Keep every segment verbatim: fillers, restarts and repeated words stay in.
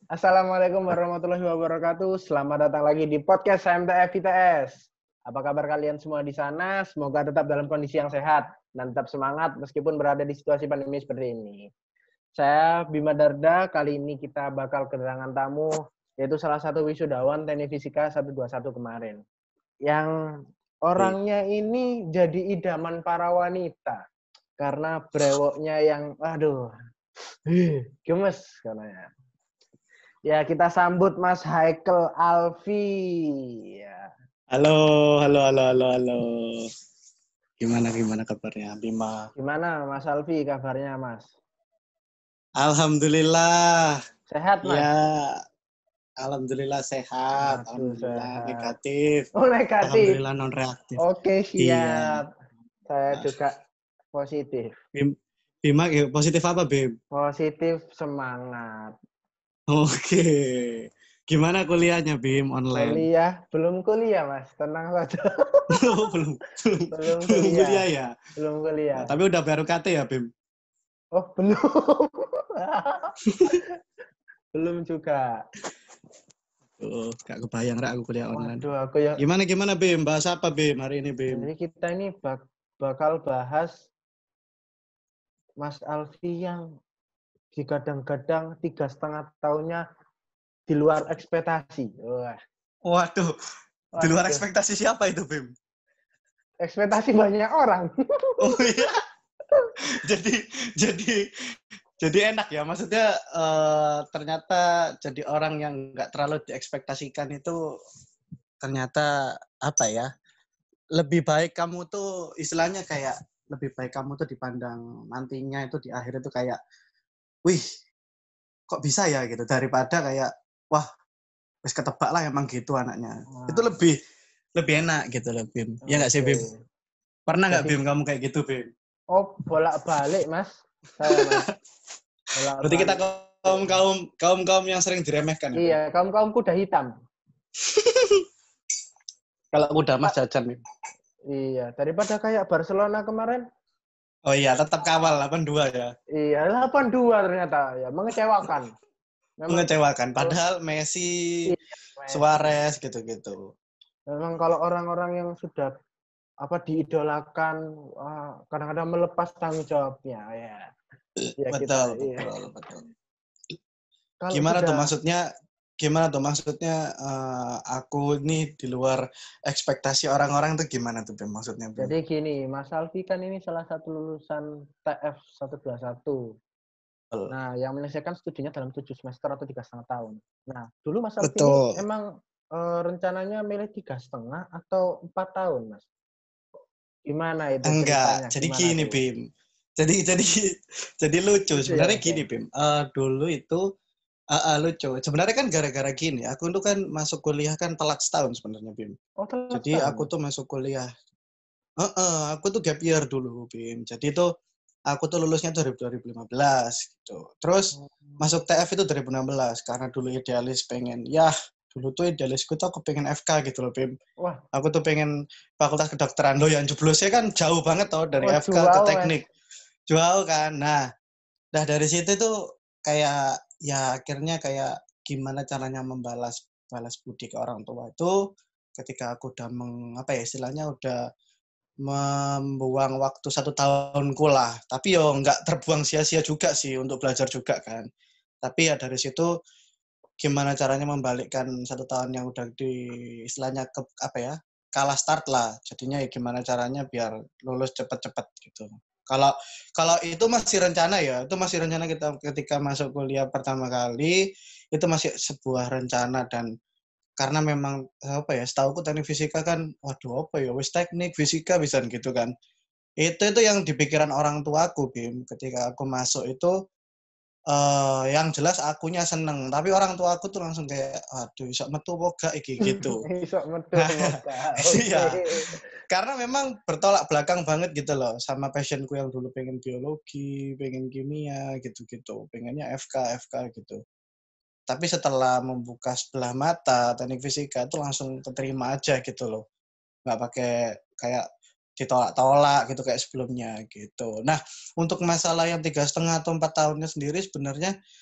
Assalamualaikum warahmatullahi wabarakatuh. Selamat datang lagi di podcast H M T F I T S. Apa kabar kalian semua di sana? Semoga tetap dalam kondisi yang sehat dan tetap semangat meskipun berada di situasi pandemi seperti ini. Saya Bima Darda, kali ini kita bakal kedatangan tamu, yaitu salah satu wisudawan Teknik Fisika seratus dua puluh satu kemarin. Yang orangnya ini jadi idaman para wanita. Karena brewoknya yang, aduh, gemes katanya. Ya, kita sambut Mas Haikel Alfi. Ya. Halo, halo, halo, halo, halo. Gimana, gimana kabarnya, Bima? Gimana Mas Alfi kabarnya, Mas? Alhamdulillah. Sehat, Mas? Ya, alhamdulillah sehat. Waduh, Alhamdulillah sehat. negatif. Oh, negatif. Alhamdulillah non reaktif. Oke, Iya. siap. Saya juga positif. Bim, Bima, positif apa, Bim? Positif semangat. Oke. Gimana kuliahnya, Bim, online? Kuliah, belum kuliah, Mas. Tenang saja. belum, belum, belum belum kuliah. kuliah ya? Belum kuliah. Oh, tapi udah baru K T ya, Bim? Oh, belum. belum juga. Oh, gak kebayang lah aku kuliah online. Waduh, aku ya. Gimana, gimana, Bim? Bahas apa, Bim, hari ini, Bim? Jadi kita ini bak bakal bahas Mas Alfi yang digadang-gadang tiga setengah tahunnya di luar ekspektasi. Wah. Waduh, di luar Waduh. ekspektasi siapa itu, Bim? Ekspektasi banyak orang. Oh iya. jadi jadi jadi enak ya. Maksudnya uh, ternyata jadi orang yang nggak terlalu diekspektasikan itu ternyata apa ya? Lebih baik kamu tuh istilahnya kayak lebih baik kamu tuh dipandang nantinya itu di akhir itu kayak, wih, kok bisa ya gitu daripada kayak, wah, wis ketebak lah emang gitu anaknya. Wah. Itu lebih lebih enak gitu loh, Bim. Ya nggak sih, Bim? Pernah nggak, Bim, kamu kayak gitu, Bim? Oh, bolak-balik, Mas. Saya, Mas. Bolak Berarti kita kaum kaum kaum kaum yang sering diremehkan. Iya, kaum kaum kuda hitam. Kalau kuda mas jajan, Bim. Iya, daripada kayak Barcelona kemarin. Oh iya, tetap kawal delapan dua ya. Iya, delapan dua ternyata ya, mengecewakan. Memang, mengecewakan. Padahal Messi, iya, Suarez gitu-gitu. Memang kalau orang-orang yang sudah apa diidolakan, kadang-kadang melepas tanggung jawabnya ya. Ya betul, kita, betul, iya. betul. Kalau gimana sudah, tuh maksudnya? Gimana tuh maksudnya? Uh, aku ini di luar ekspektasi orang-orang tuh gimana tuh, Bim? Maksudnya? Bim? Jadi gini, Mas Alfi kan ini salah satu lulusan T F seratus dua puluh satu. Betul. Nah, yang menyelesaikan studinya dalam tujuh semester atau tiga setengah tahun. Nah, dulu Mas Alfi ini emang e, rencananya milih tiga setengah atau empat tahun, Mas? Gimana itu Enggak, ceritanya? jadi Gimana gini, tuh? Bim. Jadi jadi jadi lucu. lucu Sebenarnya ya, gini, Bim. Uh, dulu itu uh, uh, lucu. Sebenarnya kan gara-gara gini. Aku tuh kan masuk kuliah kan telat setahun sebenarnya, Bim. Oh, telat jadi setahun, aku tuh masuk kuliah. Uh, uh, aku tuh gap year dulu, Bim. Jadi tuh aku tuh lulusnya dua ribu lima belas gitu. Terus oh. masuk T F itu dua ribu enam belas karena dulu idealis pengen ya dulu tuh idealisku tuh aku pengen F K gitu loh, Bim. Wah. Aku tuh pengen fakultas kedokteran. Loh, yang jeblosnya kan jauh banget toh dari oh, F K ke teknik. Mas. Jauh kan. Nah, nah dari situ tuh kayak ya akhirnya kayak gimana caranya membalas balas budi ke orang tua itu ketika aku udah meng, apa ya istilahnya udah membuang waktu satu tahunku lah. Tapi yo nggak terbuang sia-sia juga sih untuk belajar juga kan. Tapi ya dari situ gimana caranya membalikkan satu tahun yang udah di istilahnya ke apa ya kalah start lah. Jadinya ya gimana caranya biar lulus cepet-cepet gitu. Kalau kalau itu masih rencana ya, itu masih rencana kita ketika masuk kuliah pertama kali itu masih sebuah rencana dan karena memang apa ya setahuku teknik fisika kan waduh apa ya wis teknik fisika bisa gitu kan. Itu itu yang di pikiran orang tuaku, Bim, ketika aku masuk itu Uh, yang jelas akunya seneng, tapi orang tua aku tuh langsung kayak, aduh, isok metu boga iki gitu. Isok metu boga. Iya, karena memang bertolak belakang banget gitu loh, sama passionku yang dulu pengen biologi, pengen kimia, gitu-gitu, pengennya F K, F K gitu. Tapi setelah membuka sebelah mata teknik fisika itu langsung keterima aja gitu loh, nggak pakai kayak ditolak-tolak gitu kayak sebelumnya gitu. Nah, untuk masalah yang tiga setengah atau empat tahunnya sendiri sebenarnya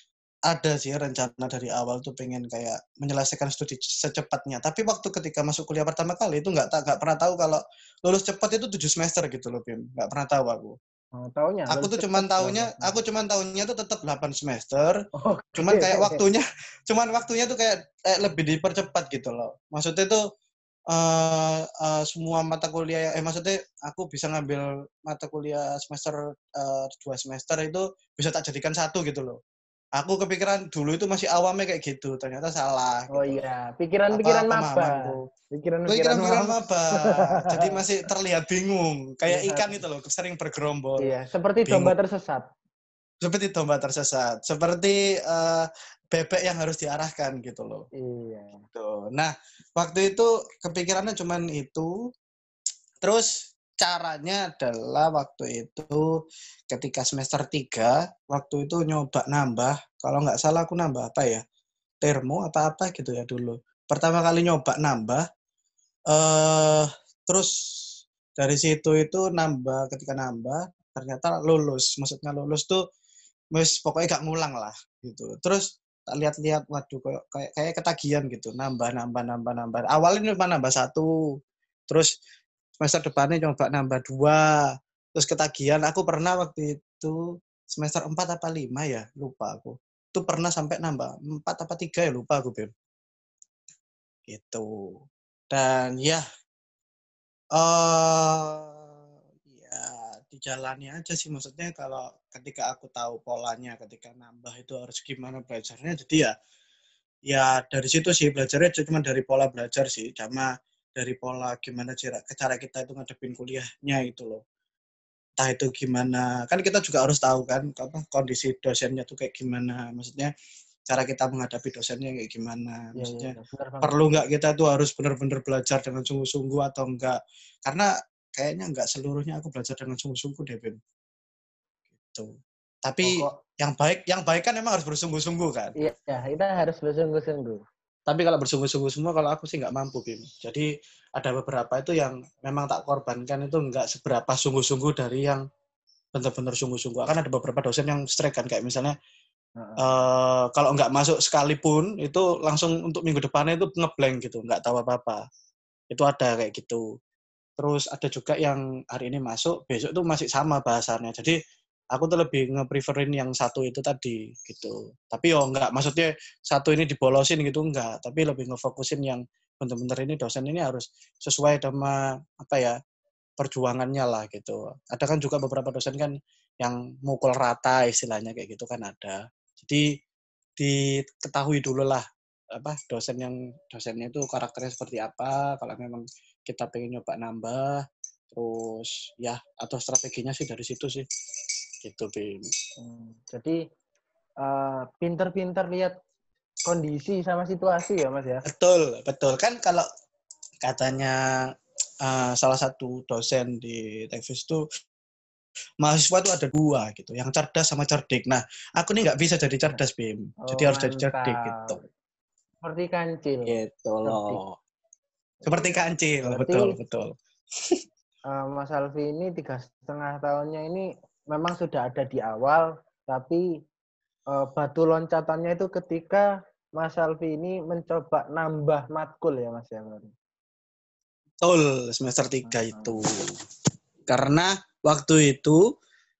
ada sih rencana dari awal tuh pengen kayak menyelesaikan studi secepatnya. Tapi waktu ketika masuk kuliah pertama kali itu nggak nggak pernah tahu kalau lulus cepat itu tujuh semester gitu loh, Bim. Nggak pernah tahu aku. Oh, taunya Aku lulus tuh cepet cuman tahunya, berapa aku semester? cuman tahunya tuh tetap delapan semester. Cuman Oke. kayak waktunya, cuman waktunya tuh kayak eh, lebih dipercepat gitu loh. Maksudnya tuh eh eh, semua mata kuliah, eh maksudnya aku bisa ngambil mata kuliah semester eh, dua semester itu bisa tak jadikan satu gitu loh. Aku kepikiran dulu itu masih awamnya kayak gitu, ternyata salah Oh gitu. iya, Apa pikiran-pikiran maba. pemahamanku? Pikiran-pikiran Pikiran-pikiran maba. apa? Jadi masih terlihat bingung, kayak Iya, ikan itu loh, sering bergerombol, iya, seperti domba bingung. tersesat. Seperti domba tersesat, seperti uh, bebek yang harus diarahkan gitu loh. Iya. Tuh. Nah, waktu itu kepikirannya cuman itu. Terus caranya adalah waktu itu ketika semester tiga, waktu itu nyoba nambah, kalau nggak salah aku nambah apa ya? Termo apa-apa gitu ya dulu. Pertama kali nyoba nambah, eh terus dari situ itu nambah, ketika nambah ternyata lulus. Maksudnya lulus tuh wis pokoknya gak ngulang lah gitu. Terus tak lihat-lihat, waduh kayak kayak kayak ketagihan gitu, nambah nambah nambah nambah. Awalnya cuma nambah satu, terus semester depannya coba nambah dua, terus ketagihan. Aku pernah waktu itu semester empat apa lima ya, lupa aku. Itu pernah sampai nambah empat apa tiga ya, lupa aku, Bim. Gitu. Dan ya, eh ya dijalani aja sih, maksudnya kalau ketika aku tahu polanya ketika nambah itu harus gimana belajarnya, jadi ya ya dari situ sih belajarnya cuma dari pola belajar sih, sama dari pola gimana cara cara kita itu ngadepin kuliahnya itu loh. Entah itu gimana, kan kita juga harus tahu kan apa kondisi dosennya tuh kayak gimana, maksudnya cara kita menghadapi dosennya kayak gimana, Iya, iya, maksudnya iya, benar banget. perlu nggak kita tuh harus benar-benar belajar dengan sungguh-sungguh atau enggak, karena kayaknya nggak seluruhnya aku belajar dengan sungguh-sungguh deh, Bim. Gitu. Tapi Pokok, yang baik yang baik kan emang harus bersungguh-sungguh kan. iya, kita harus bersungguh-sungguh. Tapi kalau bersungguh-sungguh semua, kalau aku sih nggak mampu, Bim. Jadi ada beberapa itu yang memang tak korbankan itu nggak seberapa sungguh-sungguh dari yang benar-benar sungguh-sungguh. Kan ada beberapa dosen yang strike kan, kayak misalnya Heeh. uh, kalau nggak masuk sekalipun itu langsung untuk minggu depannya itu ngeblank gitu, nggak tahu apa-apa. Itu ada kayak gitu. Terus ada juga yang hari ini masuk, besok tuh masih sama bahasannya. Jadi aku tuh lebih nge-preferin yang satu itu tadi gitu. Tapi yo nggak, maksudnya satu ini dibolosin gitu enggak, tapi lebih ngefokusin yang bener-bener ini dosen ini harus sesuai sama apa ya, perjuangannya lah gitu. Ada kan juga beberapa dosen kan yang mukul rata istilahnya kayak gitu kan ada. Jadi diketahui dulu lah apa dosen yang dosennya itu karakternya seperti apa, kalau memang kita pengen nyoba nambah, terus ya atau strateginya sih dari situ sih gitu, Bim. Hmm, jadi eh, pinter-pinter lihat kondisi sama situasi ya, Mas ya. Betul, betul kan kalau katanya uh, salah satu dosen di Tekvis itu mahasiswa itu ada dua gitu, yang cerdas sama cerdik. Nah, aku nih nggak bisa jadi cerdas, Bim. Jadi Oh, harus jadi cerdik mantap. gitu. Seperti kancil, Gitu cerdik. loh. Seperti kancil, Berarti betul, betul. eh, Mas Alfi ini tiga setengah tahunnya ini memang sudah ada di awal, tapi eh, batu loncatannya itu ketika Mas Alfi ini mencoba nambah matkul ya, Mas ya. Betul, semester tiga Hmm. itu. Karena waktu itu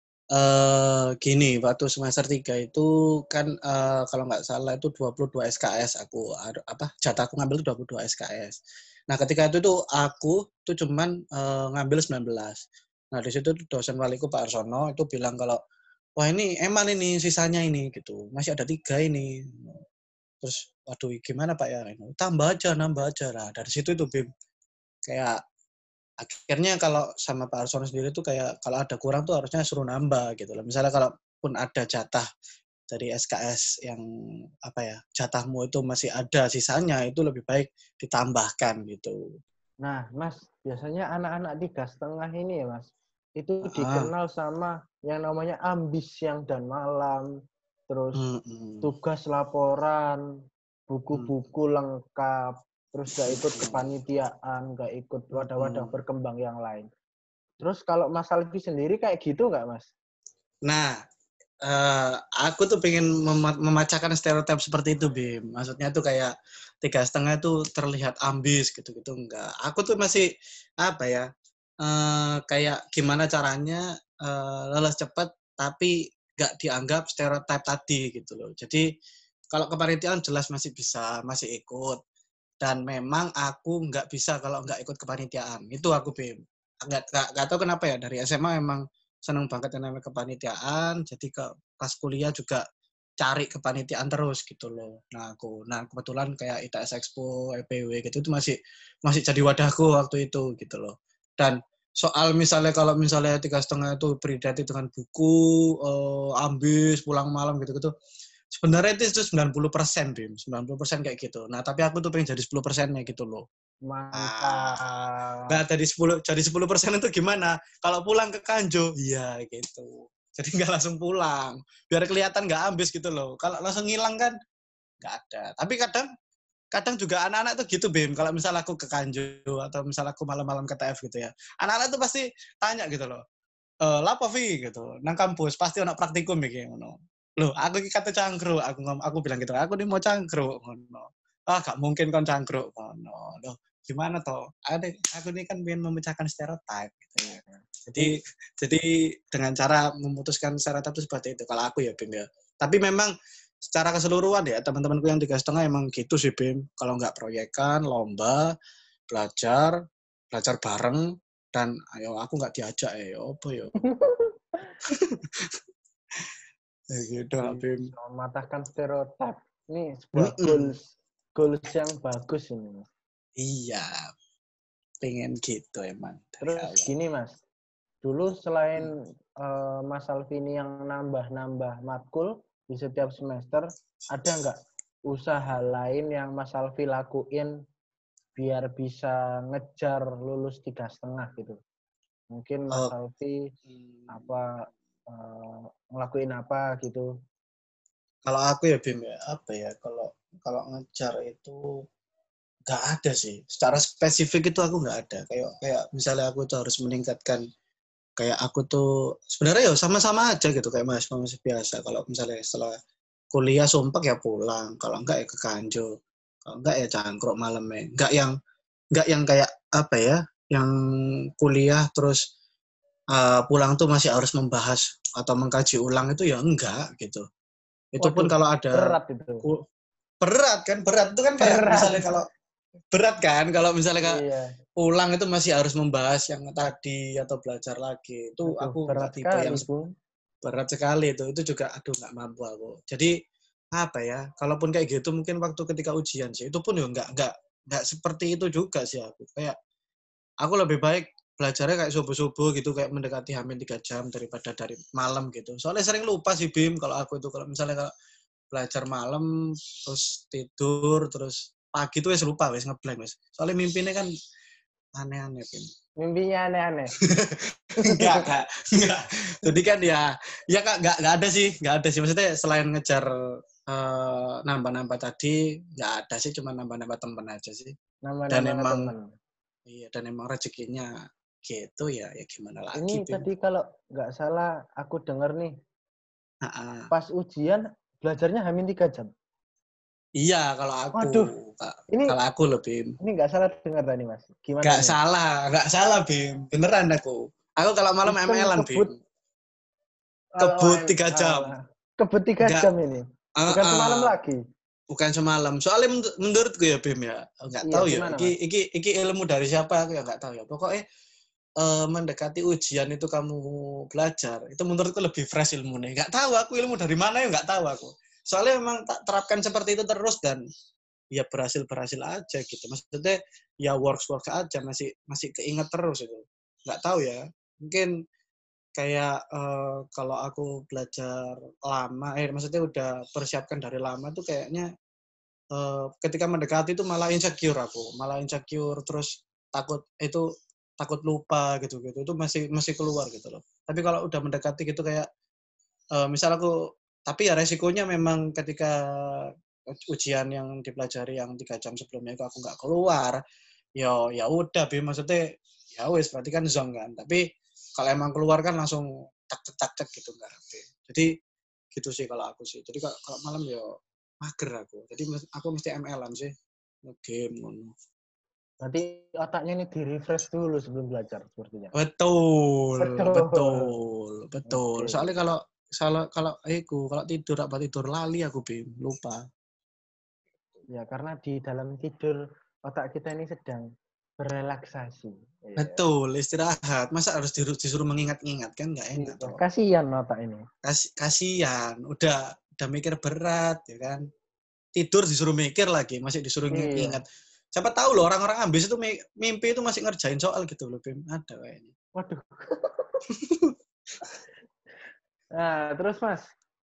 eh gini, waktu semester tiga itu kan eh, kalau nggak salah itu dua puluh dua S K S aku apa jatahku ngambil itu dua puluh dua S K S. Nah, ketika itu tuh aku tuh cuman eh, ngambil sembilan belas. Nah, di situ tuh dosen waliku Pak Arsono itu bilang kalau wah ini emang ini sisanya ini gitu. Masih ada tiga ini. Terus waduh gimana Pak ya? Tambah aja, nambah aja lah. Dari situ itu Bim kayak akhirnya kalau sama Pak Arsono sendiri tuh kayak kalau ada kurang tuh harusnya suruh nambah gitu loh. Misalnya kalau pun ada jatah dari S K S yang apa ya, jatahmu itu masih ada sisanya, itu lebih baik ditambahkan gitu. Nah, Mas, biasanya anak-anak tiga setengah ini ya, Mas, itu Ah, dikenal sama yang namanya ambis siang dan malam, terus mm, mm, tugas laporan, mm, buku-buku lengkap, terus gak ikut kepanitiaan, gak ikut mm, wadah-wadah mm. berkembang yang lain. Terus kalau Mas Alfi sendiri kayak gitu nggak, Mas? Nah, uh, aku tuh pengen mem- memecahkan stereotip seperti itu, Bim. Maksudnya tuh kayak tiga setengah tuh terlihat ambis gitu-gitu. Enggak. Aku tuh masih, apa ya, uh, kayak gimana caranya uh, lolos cepat, tapi nggak dianggap stereotip tadi gitu loh. Jadi, kalau kepanitiaan jelas masih bisa, masih ikut. Dan memang aku nggak bisa kalau nggak ikut kepanitiaan. Itu aku, Bim. Nggak, nggak, nggak tahu kenapa ya, dari S M A memang seneng banget yang namanya kepanitiaan, jadi ke pas kuliah juga cari kepanitiaan terus gitu loh. Nah, aku nah kebetulan kayak I T S Expo, E P W gitu itu masih masih jadi wadahku waktu itu gitu loh. Dan soal misalnya kalau misalnya tiga setengah itu beridenti dengan buku, uh, ambis, pulang malam gitu-gitu, sebenarnya itu sembilan puluh persen, Bim. sembilan puluh persen kayak gitu. Nah, tapi aku tuh pengen jadi sepuluh persennya gitu loh. Ah, Mantap. nah dari sepuluh jadi sepuluh persen itu gimana? Kalau pulang ke Kanjo, iya gitu. Jadi nggak langsung pulang, biar kelihatan nggak ambis gitu loh. Kalau langsung ngilang kan nggak ada. Tapi kadang kadang juga anak-anak tuh gitu, Bim. Kalau misal aku ke Kanjo atau misal aku malam-malam ke T F gitu ya, anak-anak tuh pasti tanya gitu loh. E, lapo Vi gitu, nang kampus pasti ono praktikum iki ngono. Loh, aku iki kate cangkruk, aku aku bilang gitu. Aku nih mau cangkruk ngono. Ah, gak mungkin kon cangkruk ngono. Loh, gimana toh? Ada aku ini kan ingin memecahkan stereotip gitu ya. Jadi jadi dengan cara memutuskan stereotip itu seperti itu kalau aku ya, Bim ya. Tapi memang secara keseluruhan ya teman-temanku yang tiga setengah emang gitu sih, Bim. Kalau nggak proyekan, lomba, belajar, belajar bareng, dan ayo aku nggak diajak ya, apa ya? Ya gitu, Bim. Mematahkan stereotip. Ini sebuah Mm-mm. goals goals yang bagus ini. Iya, pengen gitu emang dari Terus awal. gini Mas, dulu selain uh, Mas Alvini yang nambah-nambah matkul di setiap semester, ada nggak usaha lain yang Mas Alfi lakuin biar bisa ngejar lulus tiga setengah gitu? Mungkin Mas Oh, Alfi hmm. apa uh, ngelakuin apa gitu? Kalau aku ya, Bim ya, apa ya, kalau kalau ngejar itu nggak ada sih. Secara spesifik itu aku nggak ada. Kayak kayak misalnya aku tuh harus meningkatkan, kayak aku tuh sebenarnya ya sama-sama aja gitu kayak mahasiswa mahasiswa biasa. Kalau misalnya setelah kuliah sumpek ya pulang, kalau enggak ya ke Kanjo, kalau enggak ya cangkruk malamnya. Enggak yang enggak yang kayak apa ya, yang kuliah terus uh, pulang tuh masih harus membahas atau mengkaji ulang itu ya enggak gitu. Itu pun Waduh, kalau ada berat itu. berat kan, berat itu kan kayak Berat. misalnya kalau berat kan kalau misalnya kayak Iya. pulang itu masih harus membahas yang tadi atau belajar lagi. Itu Aduh, aku berat nggak tipe sekali, yang Bung. berat sekali itu. Itu juga aduh nggak mampu aku. Jadi apa ya? Kalaupun kayak gitu mungkin waktu ketika ujian sih. Itu pun ya nggak nggak nggak seperti itu juga sih aku. Kayak aku lebih baik belajarnya kayak subuh-subuh gitu, kayak mendekati hampir tiga jam daripada dari malam gitu. Soalnya sering lupa sih, Bim, kalau aku itu kalau misalnya kalau belajar malam terus tidur terus pagi tuh wes lupa wes ngeblank wes. Soalnya mimpinya kan aneh-aneh, Bim. Mimpinya aneh-aneh. enggak, enggak, enggak. Jadi kan ya, ya kak, enggak, enggak ada sih, enggak ada sih. Maksudnya selain ngejar uh, nambah-nambah tadi, enggak ada sih, cuma nambah-nambah temen aja sih. Dan Nambah-nambah emang, temen. iya, dan emang rezekinya gitu ya, ya gimana Ini lagi, Bim. tadi kalau nggak salah aku dengar nih, Nah, pas ujian belajarnya hamin tiga jam. iya, kalau aku, Waduh, ini kalau aku lebih, ini nggak salah dengar tadi Mas. Gimana enggak ini? salah, enggak salah, Bim. Beneran aku. Aku kalau malam Sistem M L-an, Bim. kebut, oh, Kebut tiga jam. kebut tiga Enggak, jam ini. uh, Bukan semalam uh, lagi. bukan semalam. Soalnya menurutku ya, Bim ya, nggak Iya, tahu ya. gimana Iki, Mas? iki, iki ilmu dari siapa aku ya nggak tahu ya. Pokoknya uh, mendekati ujian itu kamu belajar, itu menurutku lebih fresh ilmunya. Nggak tahu aku ilmu dari mana ya nggak tahu aku. Soalnya memang tak terapkan seperti itu terus dan ya berhasil berhasil aja gitu. Maksudnya ya works works aja masih masih keinget terus itu. Nggak tahu ya. Mungkin kayak uh, kalau aku belajar lama, eh maksudnya udah persiapkan dari lama tuh kayaknya uh, ketika mendekati itu malah insecure aku, malah insecure terus takut itu takut lupa gitu gitu itu masih masih keluar gitu loh. Tapi kalau udah mendekati gitu kayak uh, misal aku, tapi ya resikonya memang ketika ujian yang dipelajari yang tiga jam sebelumnya itu aku nggak keluar, ya ya udah Bi, maksudnya ya wes berarti kan zong kan. Tapi kalau emang keluar kan langsung tak tak tak gitu nggak rapi. Jadi Gitu sih kalau aku sih. Jadi kalau, kalau malam ya mager aku. Jadi aku mesti M L-an sih. Game ngono. Berarti otaknya ini di-refresh dulu sebelum belajar sepertinya. Betul, Betul. betul, betul. Oke. Soalnya kalau kalau kalau aku kalau tidur apa tidur lali aku Bim, lupa. Ya, karena di dalam tidur otak kita ini sedang berrelaksasi. Iya. Betul, istirahat. Masa harus disuruh, disuruh mengingat-ingat kan nggak enak Iya, toh. kasihan otak ini. Kas, kasihan, udah udah mikir berat ya kan. Tidur disuruh mikir lagi, masih disuruh Iya. ingat-ingat. Siapa tahu loh orang-orang ambis itu mimpi itu masih ngerjain soal gitu loh Bim. Ada kayaknya. Waduh. Nah, terus Mas,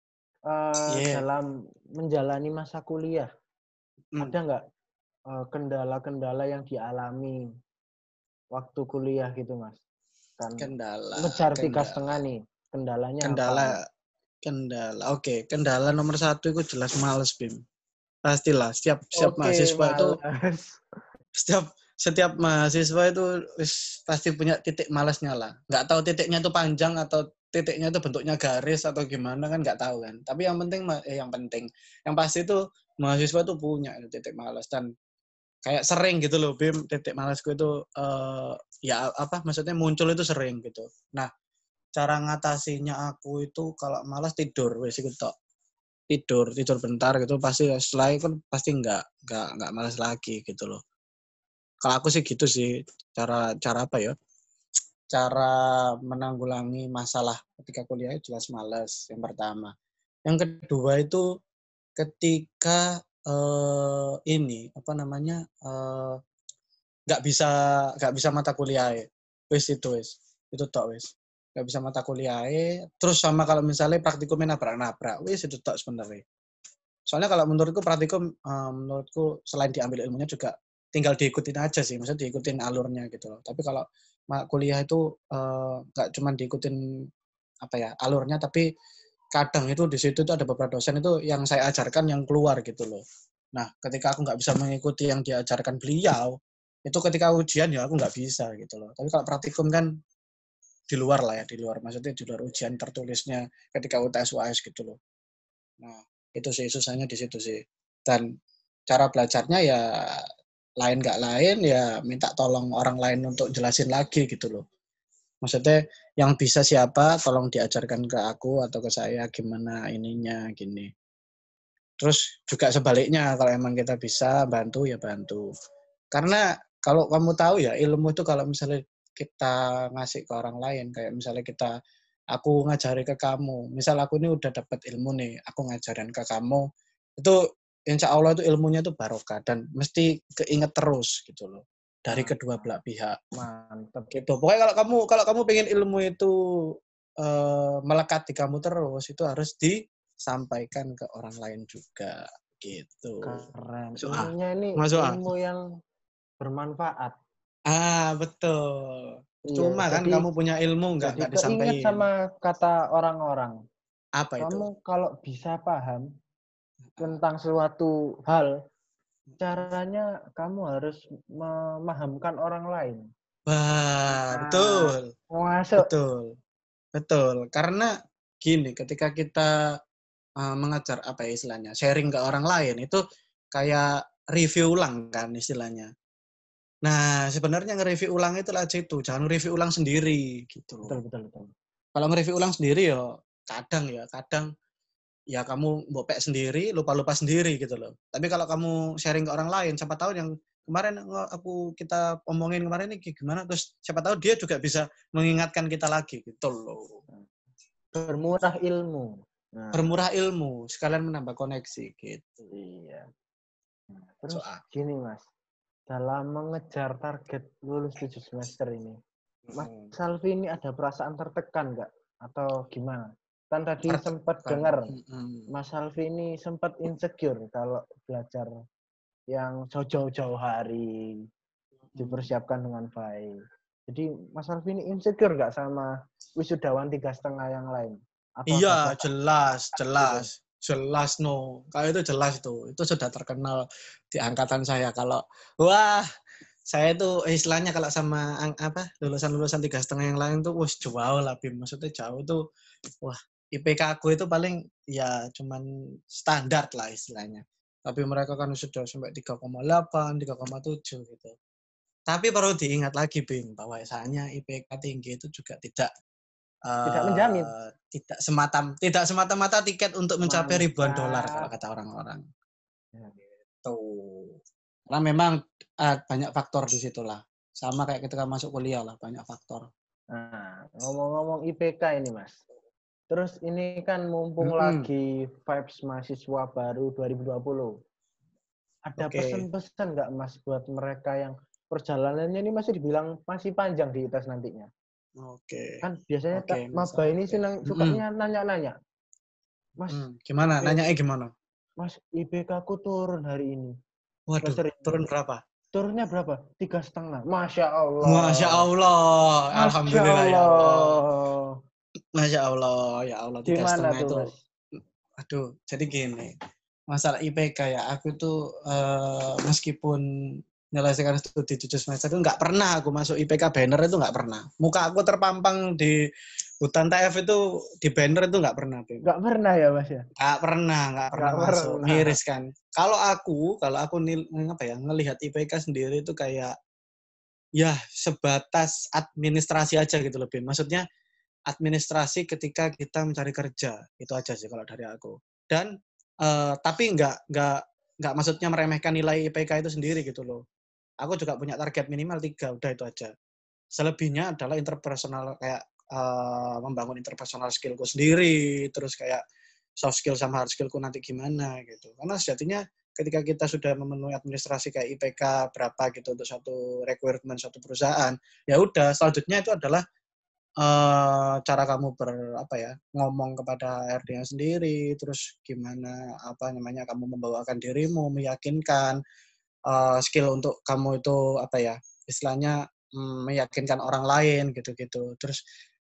uh, Iya. Yeah. dalam menjalani masa kuliah, Hmm. ada nggak uh, kendala-kendala yang dialami waktu kuliah gitu, Mas? Kan Kendala, ngejar tiga kendala. setengah nih, kendalanya Kendala, apa? kendala. Oke, okay. Kendala nomor satu itu jelas males Bim. Pastilah, setiap setiap Oke, mahasiswa itu, males. setiap setiap mahasiswa itu pasti punya titik malasnya lah. Nggak tahu titiknya itu panjang atau titiknya itu bentuknya garis atau gimana kan nggak tahu kan. Tapi yang penting, eh, yang penting, yang pasti itu mahasiswa itu punya titik malas dan kayak sering gitu loh Bim, titik malasku itu uh, ya apa maksudnya muncul itu sering gitu. Nah, cara ngatasinya aku itu kalau malas tidur wes ikut tok. Tidur, tidur bentar gitu pasti setelah itu kan pasti nggak nggak nggak malas lagi gitu loh. Kalau aku sih gitu sih cara cara apa ya? Cara menanggulangi masalah ketika kuliah jelas malas yang pertama. Yang kedua itu ketika uh, ini apa namanya uh, nggak bisa nggak bisa mata kuliah wis itu wis itu tok wis nggak bisa mata kuliah terus sama kalau misalnya praktikumnya nabrak-nabrak wis itu tok sebenarnya soalnya kalau menurutku praktikum um, menurutku selain diambil ilmunya juga tinggal diikutin aja sih maksudnya diikutin alurnya gitu loh tapi kalau kuliah itu nggak uh, cuma diikutin apa ya alurnya tapi kadang itu di situ itu ada beberapa dosen itu yang saya ajarkan yang keluar gitu loh nah ketika aku nggak bisa mengikuti yang diajarkan beliau itu ketika ujian ya aku nggak bisa gitu loh. Tapi kalau praktikum kan di luar lah ya, di luar maksudnya di luar ujian tertulisnya ketika U T S U A S gitu loh. Nah, itu sih susahnya di situ sih. Dan cara belajarnya ya lain nggak lain ya minta tolong orang lain untuk jelasin lagi gitu loh. Maksudnya yang bisa siapa tolong diajarkan ke aku atau ke saya gimana ininya gini. Terus juga sebaliknya kalau emang kita bisa bantu ya bantu. Karena kalau kamu tahu ya ilmu itu kalau misalnya kita ngasih ke orang lain kayak misalnya kita aku ngajari ke kamu misal aku ini udah dapat ilmu nih aku ngajarin ke kamu itu insya Allah itu ilmunya itu barokah dan mesti keinget terus gitu loh dari Mantap. kedua belah pihak Mantap gitu pokoknya kalau kamu kalau kamu pengen ilmu itu uh, melekat di kamu terus itu harus disampaikan ke orang lain juga gitu. Keren. Masuk ah. Ilmunya ini Masuk ilmu ah. yang bermanfaat. Ah, betul. Iya, Cuma kan jadi, kamu punya ilmu nggak jadi nggak keinget disampaikan. sama kata orang-orang. Apa itu? Kamu kalau bisa paham tentang suatu hal, caranya kamu harus memahamkan orang lain. Wah, Nah, betul. masuk. Betul. Betul. Karena gini, ketika kita uh, mengajar apa ya istilahnya, sharing ke orang lain itu kayak review ulang kan istilahnya. Nah, sebenarnya nge-review ulang itu aja itu, jangan nge-review ulang sendiri gitu loh. Betul, betul, betul. Kalau nge-review ulang sendiri ya kadang ya, kadang ya kamu bopek sendiri, lupa-lupa sendiri gitu loh. Tapi kalau kamu sharing ke orang lain, siapa tahu yang kemarin aku kita omongin kemarin ini gimana, terus siapa tahu dia juga bisa mengingatkan kita lagi gitu loh. Bermurah ilmu. Nah. Bermurah ilmu, sekalian menambah koneksi gitu. Iya. Nah, terus Soal. Gini Mas, dalam mengejar target lulus tujuh semester ini, Mas hmm. Salvi ini ada perasaan tertekan nggak? Atau gimana? Kan tadi tertekan. Sempat dengar, hmm. Mas Salvi ini sempat insecure kalau belajar yang jauh-jauh hari, dipersiapkan dengan baik. Jadi Mas Salvi ini insecure nggak sama wisudawan tiga setengah yang lain? Apa iya, jelas, jelas. Jelas no, kalau itu jelas itu, itu sudah terkenal di angkatan saya. Kalau wah, saya itu istilahnya kalau sama apa lulusan-lulusan tiga setengah yang lain tuh, wah jauh lah Bim. Maksudnya jauh tuh, wah I P K aku itu paling ya cuman standar lah istilahnya. Tapi mereka kan sudah sampai tiga koma delapan, tiga koma tujuh gitu. Tapi perlu diingat lagi, Bing, bahwasanya I P K tinggi itu juga tidak Tidak menjamin. uh, tidak semata tidak semata-mata tiket untuk mencapai ribuan dolar kalau Mantap. kata orang-orang. Gitu. Karena memang uh, banyak faktor di situlah. Sama kayak ketika masuk kuliah lah, banyak faktor. Nah, ngomong-ngomong I P K ini, Mas. Terus ini kan mumpung Mm-mm. lagi vibes mahasiswa baru dua ribu dua puluh. Ada Oke. pesan-pesan nggak, Mas, buat mereka yang perjalanannya ini masih dibilang masih panjang di tes nantinya? Oke. Kan biasanya Oke, maba masalah ini I P K. senang Mm-mm. sukanya nanya-nanya. Mas, Mm. Gimana? I P, Nanyanya gimana? Mas, I P K ku turun hari ini. Waduh, Semester ini. turun berapa? Turunnya berapa? Tiga setengah. Masya Allah. Masya Allah. Masya Alhamdulillah ya Allah. Allah. Masya Allah. Ya Allah, tiga Gimana setengah tuh, itu. Mas? Aduh, jadi gini. Masalah I P K ya, aku tuh eh, meskipun menyelesaikan studi tujuh semester itu nggak pernah aku masuk I P K banner itu nggak pernah. Muka aku terpampang di hutan T F itu di banner itu nggak pernah, Bim. Nggak pernah ya, Mas ya? Nggak pernah, nggak pernah Nggak masuk. pernah. Miris kan. Kalau aku, kalau aku nil, apa ya, ngelihat I P K sendiri itu kayak ya sebatas administrasi aja gitu loh, Bim. Maksudnya administrasi ketika kita mencari kerja, itu aja sih kalau dari aku. Dan uh, tapi nggak nggak nggak maksudnya meremehkan nilai I P K itu sendiri gitu loh. Aku juga punya target minimal tiga, udah itu aja. Selebihnya adalah interpersonal kayak uh, membangun interpersonal skillku sendiri, terus kayak soft skill sama hard skillku nanti gimana gitu. Karena sejatinya ketika kita sudah memenuhi administrasi kayak I P K berapa gitu untuk satu requirement satu perusahaan, ya udah selanjutnya itu adalah Uh, cara kamu ber apa ya ngomong kepada H R D-nya sendiri, terus gimana apa namanya kamu membawakan dirimu, meyakinkan uh, skill untuk kamu itu apa ya istilahnya mm, meyakinkan orang lain gitu-gitu. Terus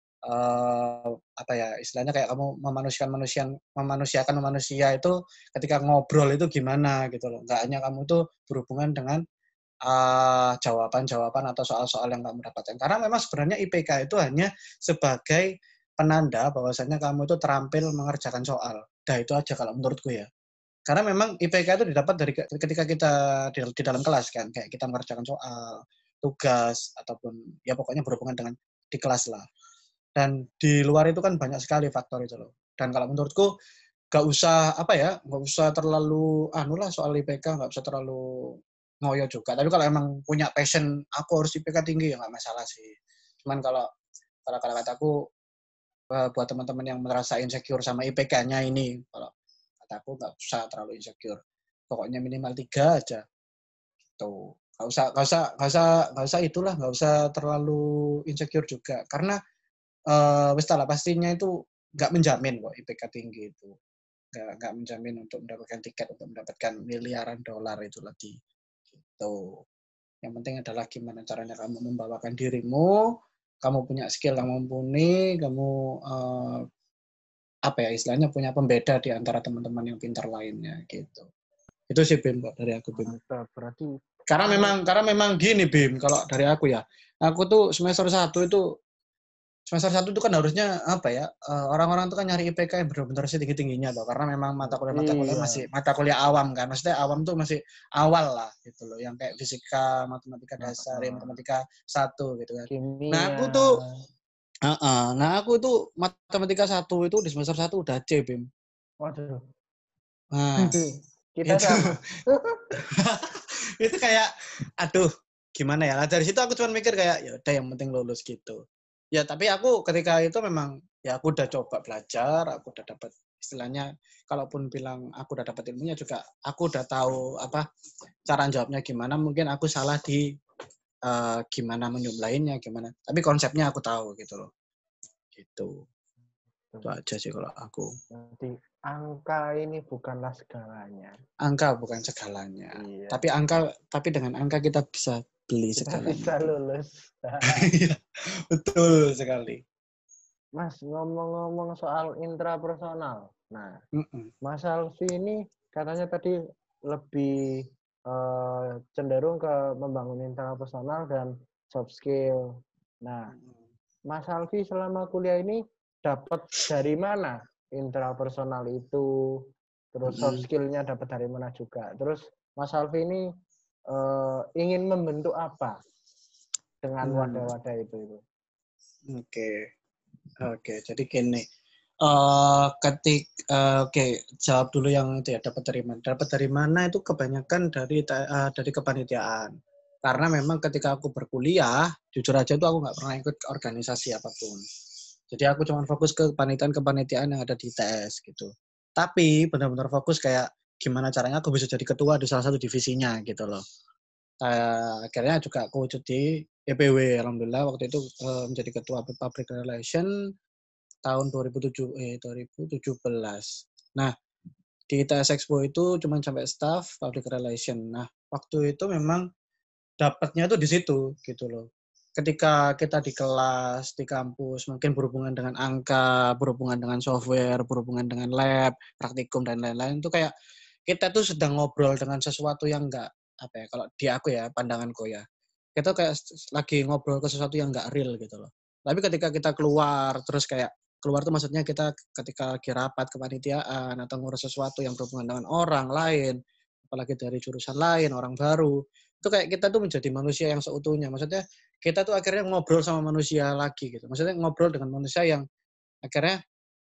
uh, apa ya istilahnya kayak kamu memanusiakan manusia memanusiakan manusia itu ketika ngobrol itu gimana gitu loh. Nggak hanya kamu tuh berhubungan dengan uh, jawaban-jawaban atau soal-soal yang kamu dapatkan. Karena memang sebenarnya I P K itu hanya sebagai penanda bahwasannya kamu itu terampil mengerjakan soal. Nah itu aja kalau menurutku ya. Karena memang I P K itu didapat dari ketika kita di, di dalam kelas kan, kayak kita mengerjakan soal, tugas ataupun ya pokoknya berhubungan dengan di kelas lah. Dan di luar itu kan banyak sekali faktor itu loh. Dan kalau menurutku gak usah apa ya, gak usah terlalu anu lah soal I P K, gak usah terlalu ngoyo juga. Tapi kalau emang punya passion, aku harus I P K tinggi ya nggak masalah sih. Cuman kalau kalau kalau kataku buat teman-teman yang merasa insecure sama I P K-nya ini, kalau kataku nggak usah terlalu insecure. Pokoknya minimal tiga aja. Tuh. Nggak usah nggak usah nggak usah nggak usah itulah nggak usah terlalu insecure juga. Karena uh, wis lah pastinya itu nggak menjamin kok I P K tinggi itu. Nggak nggak menjamin untuk mendapatkan tiket untuk mendapatkan miliaran dolar itu lagi. Gitu. Yang penting adalah gimana caranya kamu membawakan dirimu, kamu punya skill yang mumpuni, kamu uh, apa ya istilahnya punya pembeda di antara teman-teman yang pintar lainnya gitu. Itu sih Bim dari aku Bim. Mantap, berarti Karena anu, memang karena memang gini Bim, kalau dari aku ya. Aku tuh semester satu itu semester satu itu kan harusnya apa ya orang-orang tuh kan nyari I P K yang benar-benar sih tinggi-tingginya loh karena memang mata kuliah-mata kuliah iya. masih mata kuliah awam kan maksudnya awam tuh masih awal lah gitu loh yang kayak fisika matematika dasar ya matematika satu gitu kan nah Kimia. aku tuh uh -uh, nah aku tuh matematika satu itu di semester satu udah C Bim Waduh. nah Kita itu sama. itu kayak aduh gimana ya nah, dari situ aku cuma mikir kayak ya udah yang penting lulus gitu ya tapi aku ketika itu memang ya aku udah coba belajar aku udah dapat istilahnya kalaupun bilang aku udah dapat ilmunya juga aku udah tahu apa cara jawabnya gimana mungkin aku salah di uh, gimana menyumlainnya gimana tapi konsepnya aku tahu gitu loh gitu itu aja sih kalau aku Nanti angka ini bukanlah segalanya. angka bukan segalanya Iya. tapi angka tapi dengan angka kita bisa beli Kita segalanya bisa Bim. lulus. Iya, betul sekali. Mas, ngomong-ngomong soal intrapersonal. Nah, Mm-mm. Mas Alfi ini katanya tadi lebih uh, cenderung ke membangun intrapersonal dan soft skill. Nah, Mas Alfi selama kuliah ini dapat dari mana intrapersonal itu, terus soft Mm-mm. skill-nya dapat dari mana juga. Terus Mas Alfi ini uh, ingin membentuk apa dengan Hmm. wadah-wadah itu itu? Oke, okay. oke. Okay. Jadi gini, uh, ketik, uh, oke, okay. jawab dulu yang itu ya. Dapat dari mana? Dapat dari mana itu kebanyakan dari uh, dari kepanitiaan. Karena memang ketika aku berkuliah, jujur aja tuh aku nggak pernah ikut organisasi apapun. Jadi aku cuma fokus ke kepanitiaan-kepanitiaan yang ada di I T S gitu. Tapi benar-benar fokus kayak gimana caranya aku bisa jadi ketua di salah satu divisinya gitu loh. Uh, akhirnya juga aku wujud di E P W. Alhamdulillah waktu itu uh, menjadi ketua Public Relation tahun dua ribu tujuh eh dua ribu tujuh belas. Nah, di I T S Expo itu cuma sampai staff Public Relation. Nah, waktu itu memang dapatnya tuh di situ gitu loh. Ketika kita di kelas, di kampus, mungkin berhubungan dengan angka, berhubungan dengan software, berhubungan dengan lab, praktikum, dan lain-lain, itu kayak kita tuh sedang ngobrol dengan sesuatu yang enggak, apa ya, kalau di aku ya, pandanganku ya, kita kayak lagi ngobrol ke sesuatu yang enggak real gitu loh. Tapi ketika kita keluar, terus kayak, keluar tuh maksudnya kita ketika lagi rapat kepanitiaan, atau ngurus sesuatu yang berhubungan dengan orang lain, apalagi dari jurusan lain, orang baru, itu kayak kita tuh menjadi manusia yang seutuhnya. Maksudnya kita tuh akhirnya ngobrol sama manusia lagi gitu. Maksudnya ngobrol dengan manusia yang akhirnya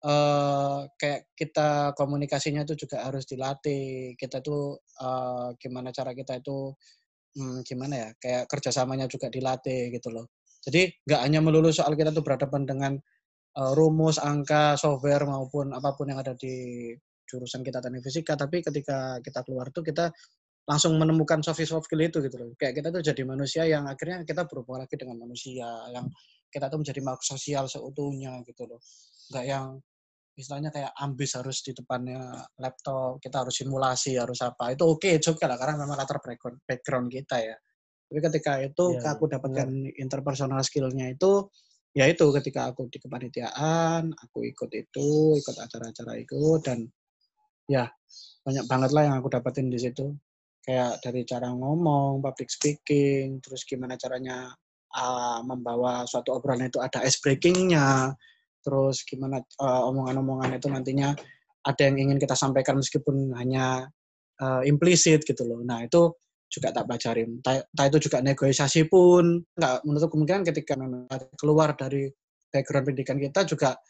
uh, kayak kita komunikasinya tuh juga harus dilatih. Kita tuh uh, gimana cara kita itu hmm, gimana ya, kayak kerjasamanya juga dilatih gitu loh. Jadi nggak hanya melulu soal kita tuh berhadapan dengan uh, rumus, angka, software maupun apapun yang ada di jurusan kita teknik fisika, tapi ketika kita keluar tuh kita langsung menemukan soft soft skill itu gitu loh. Kayak kita tuh jadi manusia yang akhirnya kita berhubungan lagi dengan manusia, yang kita tuh menjadi makhluk sosial seutuhnya gitu loh. Enggak yang istilahnya kayak ambis harus di depannya laptop, kita harus simulasi, harus apa. Itu oke, okay, oke lah karena memang latar background, background kita ya. Tapi ketika itu Ya, aku ya, dapatkan benar. interpersonal skill-nya itu, ya itu ketika aku di kepanitiaan, aku ikut itu, ikut acara-acara itu, dan ya banyak banget lah yang aku dapetin di situ. Kayak dari cara ngomong, public speaking, terus gimana caranya uh, membawa suatu obrolan itu ada ice breaking-nya, terus gimana uh, omongan-omongan itu nantinya ada yang ingin kita sampaikan meskipun hanya uh, implisit gitu loh. Nah itu juga tak pelajarin. Entah itu juga negosiasi pun, nggak menutup kemungkinan ketika keluar dari background pendidikan kita juga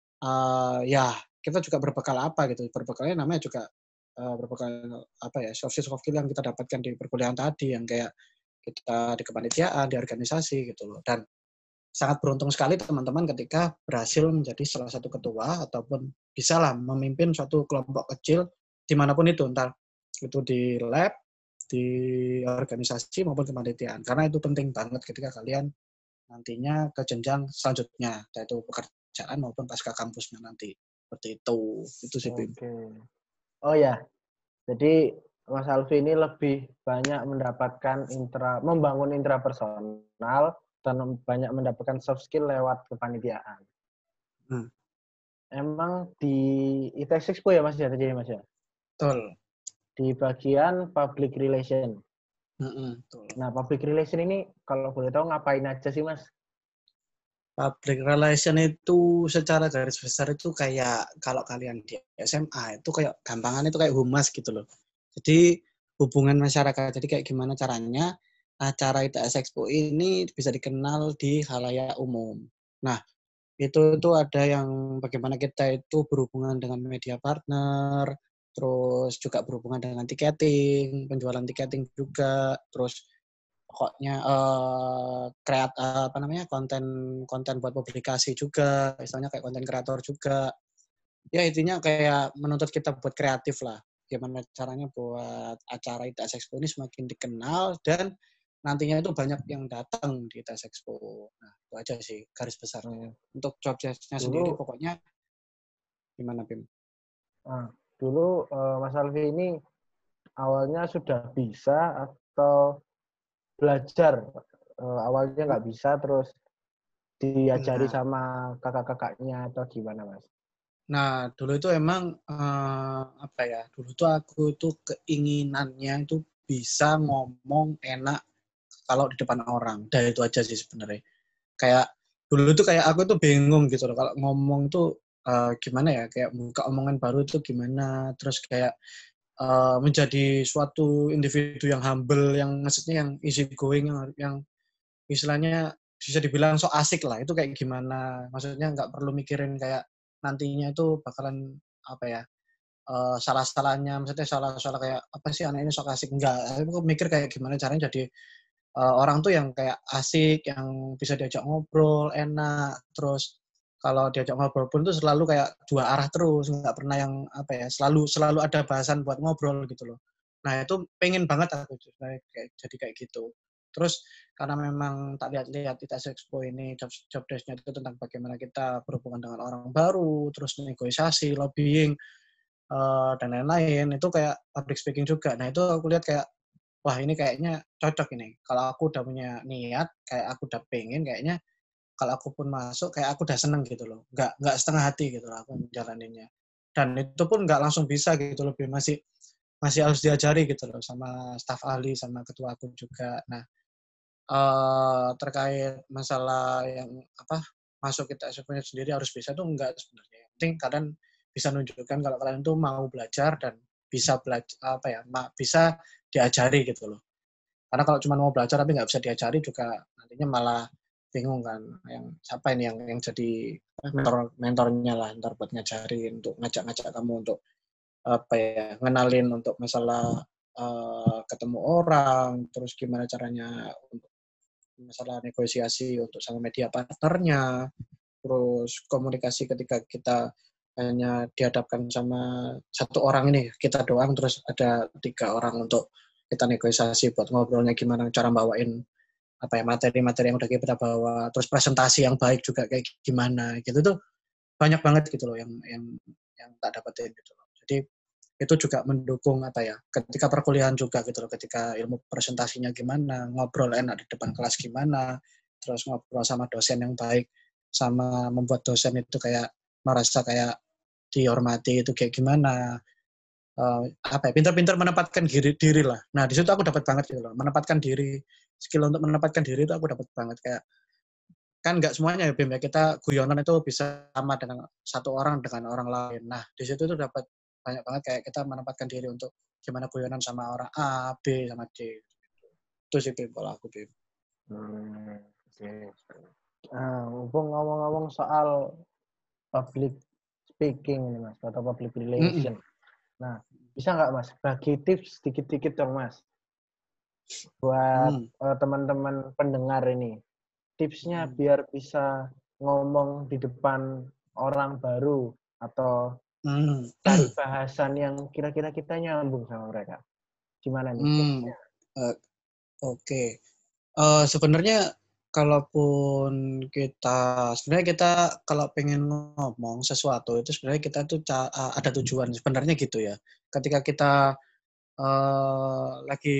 uh, ya kita juga berbekal apa gitu. Berbekalnya namanya juga uh, berbekal apa ya, soft skill soft skill yang kita dapatkan di perkuliahan tadi, yang kayak kita di kepanitiaan, di organisasi gitu loh. Dan sangat beruntung sekali teman-teman ketika berhasil menjadi salah satu ketua ataupun bisalah memimpin suatu kelompok kecil dimanapun itu, entar itu di lab, di organisasi maupun kepanitiaan. Karena itu penting banget ketika kalian nantinya ke jenjang selanjutnya, yaitu pekerjaan maupun pasca kampusnya nanti. Seperti itu. Itu sih, Bim. Oke. Oh ya, jadi Mas Alfi ini lebih banyak mendapatkan intra, membangun intrapersonal dan banyak mendapatkan soft skill lewat kepanitiaan. Hmm. Emang di I T S Expo ya Mas ya, jadi Mas ya? Betul. Di bagian public relation. Hmm, betul. Nah, public relation ini kalau boleh tahu ngapain aja sih Mas? Public relation itu secara garis besar itu kayak kalau kalian di S M A itu kayak gampangan itu kayak humas gitu loh. Jadi hubungan masyarakat. Jadi kayak gimana caranya acara I T S Expo ini bisa dikenal di khalayak umum. Nah, itu itu ada yang bagaimana kita itu berhubungan dengan media partner, terus juga berhubungan dengan tiketing, penjualan tiketing juga, terus pokoknya uh, kreat uh, apa namanya konten konten buat publikasi juga, misalnya kayak konten kreator juga. Ya intinya kayak menuntut kita buat kreatif lah. Gimana caranya buat acara I T S Expo ini semakin dikenal dan nantinya itu banyak yang datang di I T S Expo. Nah, itu aja sih garis besarnya. Hmm. Untuk job desk-nya sendiri pokoknya gimana, Bim? Nah, dulu uh, Mas Alfi ini awalnya sudah bisa atau belajar? Uh, awalnya nggak bisa terus diajari nah. sama kakak-kakaknya atau gimana, Mas? Nah, dulu itu emang uh, apa ya? Dulu tuh aku tuh keinginannya itu bisa ngomong enak kalau di depan orang. Dan itu aja sih sebenarnya. Kayak dulu tuh kayak aku tuh bingung gitu loh kalau ngomong tuh uh, gimana ya, kayak buka omongan baru itu gimana, terus kayak uh, menjadi suatu individu yang humble, yang maksudnya yang easy going, yang, yang istilahnya bisa dibilang so asik lah, itu kayak gimana, maksudnya nggak perlu mikirin kayak nantinya itu bakalan apa ya, uh, salah-salahnya, maksudnya salah-salah kayak apa sih anak ini sok asik, enggak, aku mikir kayak gimana caranya jadi uh, orang tuh yang kayak asik, yang bisa diajak ngobrol, enak, terus kalau diajak ngobrol pun tuh selalu kayak dua arah terus, nggak pernah yang apa ya, selalu selalu ada bahasan buat ngobrol gitu loh. Nah itu pengen banget aku kayak, jadi kayak gitu. Terus karena memang tak lihat-lihat I T S Expo ini job, job desk-nya itu tentang bagaimana kita berhubungan dengan orang baru, terus negosiasi, lobbying, uh, dan lain-lain, itu kayak public speaking juga. Nah itu aku lihat kayak wah ini kayaknya cocok ini. Kalau aku udah punya niat, kayak aku udah pengen, kayaknya kalau aku pun masuk, kayak aku udah seneng gitu loh. Nggak, nggak setengah hati gitu loh aku menjalaninnya. Dan itu pun nggak langsung bisa gitu loh, masih masih harus diajari gitu loh sama staf ahli, sama ketua aku juga. Nah, uh, terkait masalah yang apa masuk kita sebenarnya sendiri harus bisa tuh enggak sebenarnya. Yang penting kalian bisa nunjukkan kalau kalian tuh mau belajar dan bisa belajar apa ya, bisa diajari gitu loh. Karena kalau cuma mau belajar tapi nggak bisa diajari juga nantinya malah bingung kan. Yang siapa ini yang yang jadi mentor mentornya lah ntar buat ngajarin, untuk ngajak-ngajak kamu untuk apa ya, ngenalin untuk masalah uh, ketemu orang, terus gimana caranya untuk masalah negosiasi untuk sama media partnernya, terus komunikasi ketika kita hanya dihadapkan sama satu orang ini, kita doang, terus ada tiga orang untuk kita negosiasi buat ngobrolnya gimana, cara bawain apa ya materi-materi yang udah kita bawa, terus presentasi yang baik juga kayak gimana gitu tuh banyak banget gitu loh yang yang yang tak dapetin gitu loh. Jadi itu juga mendukung apa ya, ketika perkuliahan juga gitu loh, ketika ilmu presentasinya gimana, ngobrol enak di depan kelas gimana, terus ngobrol sama dosen yang baik, sama membuat dosen itu kayak merasa kayak dihormati itu kayak gimana, uh, apa ya, pintar-pintar menempatkan diri, diri lah. Nah di situ aku dapat banget gitu loh, menempatkan diri, skill untuk menempatkan diri itu aku dapat banget. Kayak kan nggak semuanya ya Bim ya, kita guyonan itu bisa sama dengan satu orang dengan orang lain. Nah di situ tuh dapat banyak banget kayak kita menempatkan diri untuk gimana guyonan sama orang A, B, sama D. Itu sih Bim kalau aku Bim. Hmm, okay. Nah, mumpung ngomong-ngomong soal public speaking ini Mas, atau public relation. Mm-mm. Nah, bisa nggak Mas bagi tips sedikit-sedikit dong Mas buat hmm. uh, teman-teman pendengar ini. Tipsnya hmm. biar bisa ngomong di depan orang baru atau hmm. cari bahasan yang kira-kira kita nyambung sama mereka. Gimana nih? Hmm. Uh, Oke. Okay. Uh, sebenarnya kalaupun kita sebenarnya kita kalau pengen ngomong sesuatu itu sebenarnya kita tuh ca- ada tujuan sebenarnya gitu ya. Ketika kita uh, lagi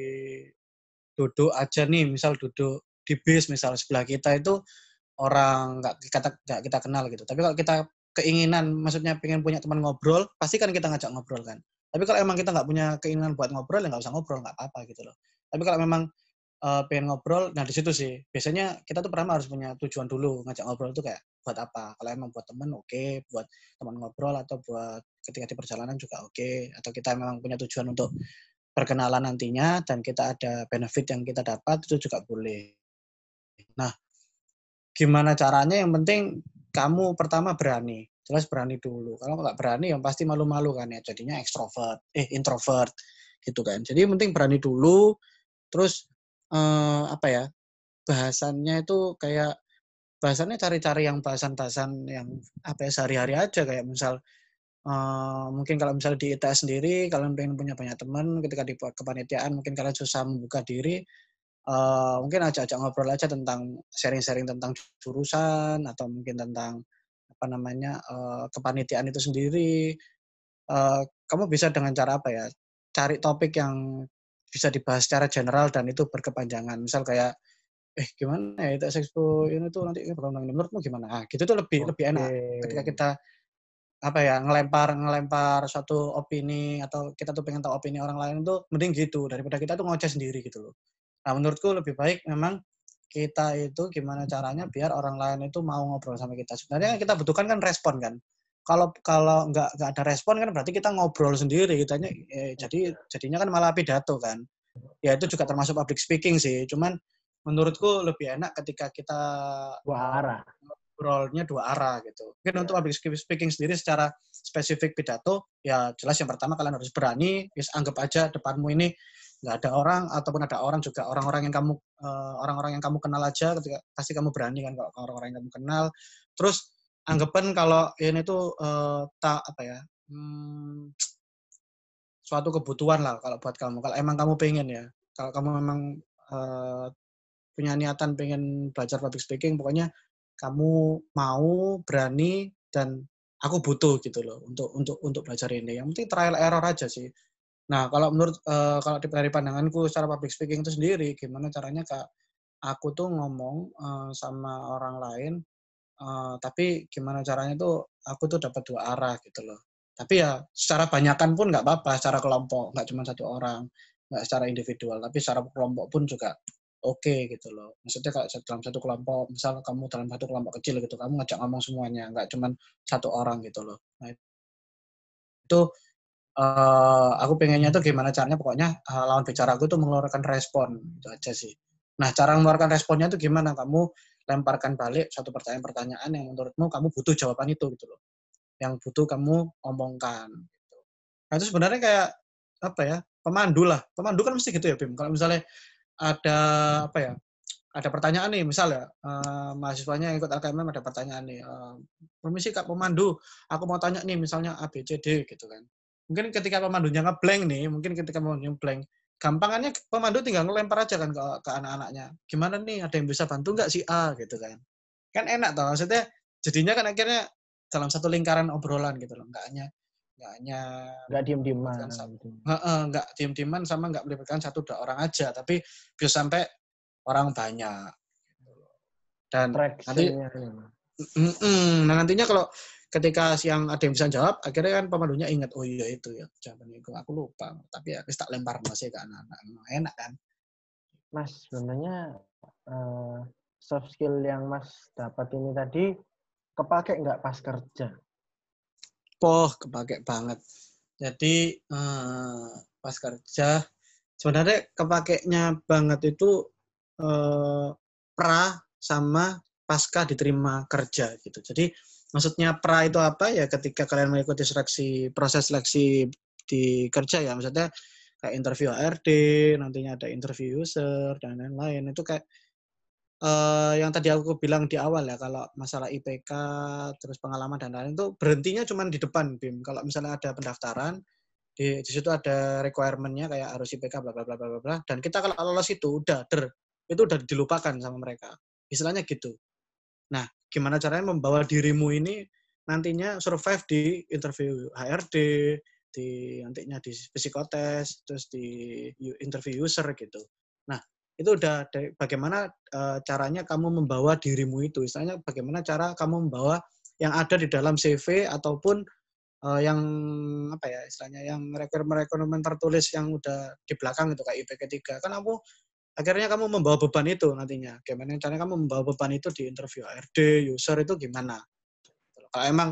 duduk aja nih, misal duduk di bis, misal sebelah kita itu orang nggak kita nggak kita kenal gitu. Tapi kalau kita keinginan, maksudnya pengen punya teman ngobrol, pasti kan kita ngajak ngobrol kan. Tapi kalau emang kita nggak punya keinginan buat ngobrol, ya nggak usah ngobrol, nggak apa-apa gitu loh. Tapi kalau memang uh, pengen ngobrol, nah di situ sih biasanya kita tuh pertama harus punya tujuan dulu ngajak ngobrol itu kayak buat apa. Kalau emang buat teman oke, okay. Buat teman ngobrol atau buat ketika di perjalanan juga oke, okay. Atau kita memang punya tujuan untuk perkenalan nantinya dan kita ada benefit yang kita dapat, itu juga boleh. Nah, gimana caranya? Yang penting kamu pertama berani, jelas berani dulu. Kalau nggak berani, yang pasti malu-malu kan ya. Jadinya ekstrovert, eh introvert, gitu kan. Jadi yang penting berani dulu. Terus eh, apa ya? Bahasannya itu kayak bahasannya cari-cari yang bahasan-bahasan yang apa ya sehari-hari aja, kayak misal Uh, mungkin kalau misalnya di I T S sendiri, kalian pengen punya banyak teman, ketika di kepanitiaan mungkin kalian susah membuka diri, uh, mungkin ajak-ajak ngobrol aja tentang sharing-sharing tentang jurusan, atau mungkin tentang apa namanya uh, kepanitiaan itu sendiri. Uh, kamu bisa dengan cara apa ya, cari topik yang bisa dibahas secara general dan itu berkepanjangan. Misal kayak, eh gimana ya I T S Expo ini tuh nanti menurutmu gimana? Nah, gitu tuh lebih okay. lebih enak ketika kita apa ya ngelempar ngelempar suatu opini, atau kita tuh pengen tahu opini orang lain tuh mending gitu daripada kita tuh ngoceh sendiri gitu loh. Nah menurutku lebih baik memang kita itu gimana caranya biar orang lain itu mau ngobrol sama kita. Sebenarnya yang kita butuhkan kan respon kan. kalau kalau nggak nggak ada respon kan berarti kita ngobrol sendiri kitanya eh, jadi jadinya kan malah pidato kan. Ya itu juga termasuk public speaking sih. Cuman menurutku lebih enak ketika kita Dua uh, arah. ngobrolnya dua arah gitu. Mungkin Ya. untuk public speaking sendiri secara spesifik pidato, ya jelas yang pertama kalian harus berani, ya anggap aja depanmu ini nggak ada orang, ataupun ada orang juga orang-orang yang kamu uh, orang-orang yang kamu kenal aja, ketika pasti kamu berani kan kalau orang-orang yang kamu kenal. Terus anggapan kalau ini tuh uh, tak apa ya, hmm, suatu kebutuhan lah kalau buat kamu. Kalau emang kamu pengen ya, kalau kamu memang uh, punya niatan pengen belajar public speaking, pokoknya kamu mau, berani, dan aku butuh gitu loh untuk untuk untuk belajar ini. Yang penting trial error aja sih. Nah, kalau menurut uh, kalau dari pandanganku secara public speaking itu sendiri, gimana caranya Kak? Aku tuh ngomong uh, sama orang lain, uh, tapi gimana caranya tuh aku tuh dapat dua arah gitu loh. Tapi ya secara banyakan pun nggak apa-apa, secara kelompok, nggak cuma satu orang, nggak secara individual, tapi secara kelompok pun juga oke okay, gitu loh. Maksudnya kalau dalam satu kelompok, misal kamu dalam satu kelompok kecil gitu, kamu ngajak ngomong semuanya, nggak cuma satu orang gitu loh. Nah, itu uh, aku pengennya tuh gimana caranya, pokoknya uh, lawan bicara aku tuh mengeluarkan respon, itu aja sih. Nah, cara mengeluarkan responnya tuh gimana? Kamu lemparkan balik satu pertanyaan-pertanyaan yang menurutmu kamu butuh jawaban itu gitu loh. Yang butuh kamu omongkan. Gitu. Nah, itu sebenarnya kayak apa ya? Pemandu lah. Pemandu kan mesti gitu ya, Bim. Kalau misalnya ada apa ya? Ada pertanyaan nih, misal ya, uh, mahasiswanya yang ikut L K M M ada pertanyaan nih, uh, permisi Kak Pemandu, aku mau tanya nih misalnya A, B, C, D gitu kan. Mungkin ketika pemandunya ngeblank nih, mungkin ketika pemandunya blank, gampangannya pemandu tinggal ngelempar aja kan ke, ke anak-anaknya. Gimana nih, ada yang bisa bantu nggak si A gitu kan. Kan enak tau, maksudnya jadinya kan akhirnya dalam satu lingkaran obrolan gitu loh, nggak hanya nggak hanya Nggak diem-dieman. melibatkan satu, Gitu. nggak diem-dieman sama nggak melibatkan satu dua orang aja, tapi bisa sampai orang banyak. Dan nanti, Traction-nya. mm, mm, nah nantinya kalau ketika siang ada yang bisa jawab, akhirnya kan pemandunya ingat, oh iya itu ya jawabannya itu, aku lupa. Tapi ya kita tak lempar masih ke anak-anak, enak kan? Mas, sebenarnya uh, soft skill yang Mas dapat ini tadi kepake nggak pas kerja? Poh, kepake banget. Jadi eh, pas kerja, sebenarnya kepakainya banget itu eh, pra sama pasca diterima kerja gitu. Jadi maksudnya pra itu apa ya? Ketika kalian mengikuti seleksi, proses seleksi di kerja ya, maksudnya kayak interview H R D, nantinya ada interview user dan lain-lain. Itu kayak uh, yang tadi aku bilang di awal ya, kalau masalah I P K, terus pengalaman dan lain-lain itu berhentinya cuma di depan, Bim. Kalau misalnya ada pendaftaran, di, di situ ada requirement-nya kayak harus I P K bla bla bla bla bla, dan kita kalau lolos itu udah der, itu udah dilupakan sama mereka. Istilahnya gitu. Nah, gimana caranya membawa dirimu ini nantinya survive di interview H R D, di nantinya di psikotes, terus di interview user gitu. Nah, itu udah dari bagaimana uh, caranya kamu membawa dirimu itu. Istilahnya bagaimana cara kamu membawa yang ada di dalam C V ataupun uh, yang apa ya istilahnya yang requirement tertulis yang udah di belakang itu kayak I P K tiga. Kan aku akhirnya kamu membawa beban itu nantinya. Gimana caranya kamu membawa beban itu di interview H R D, user itu gimana? Kalau emang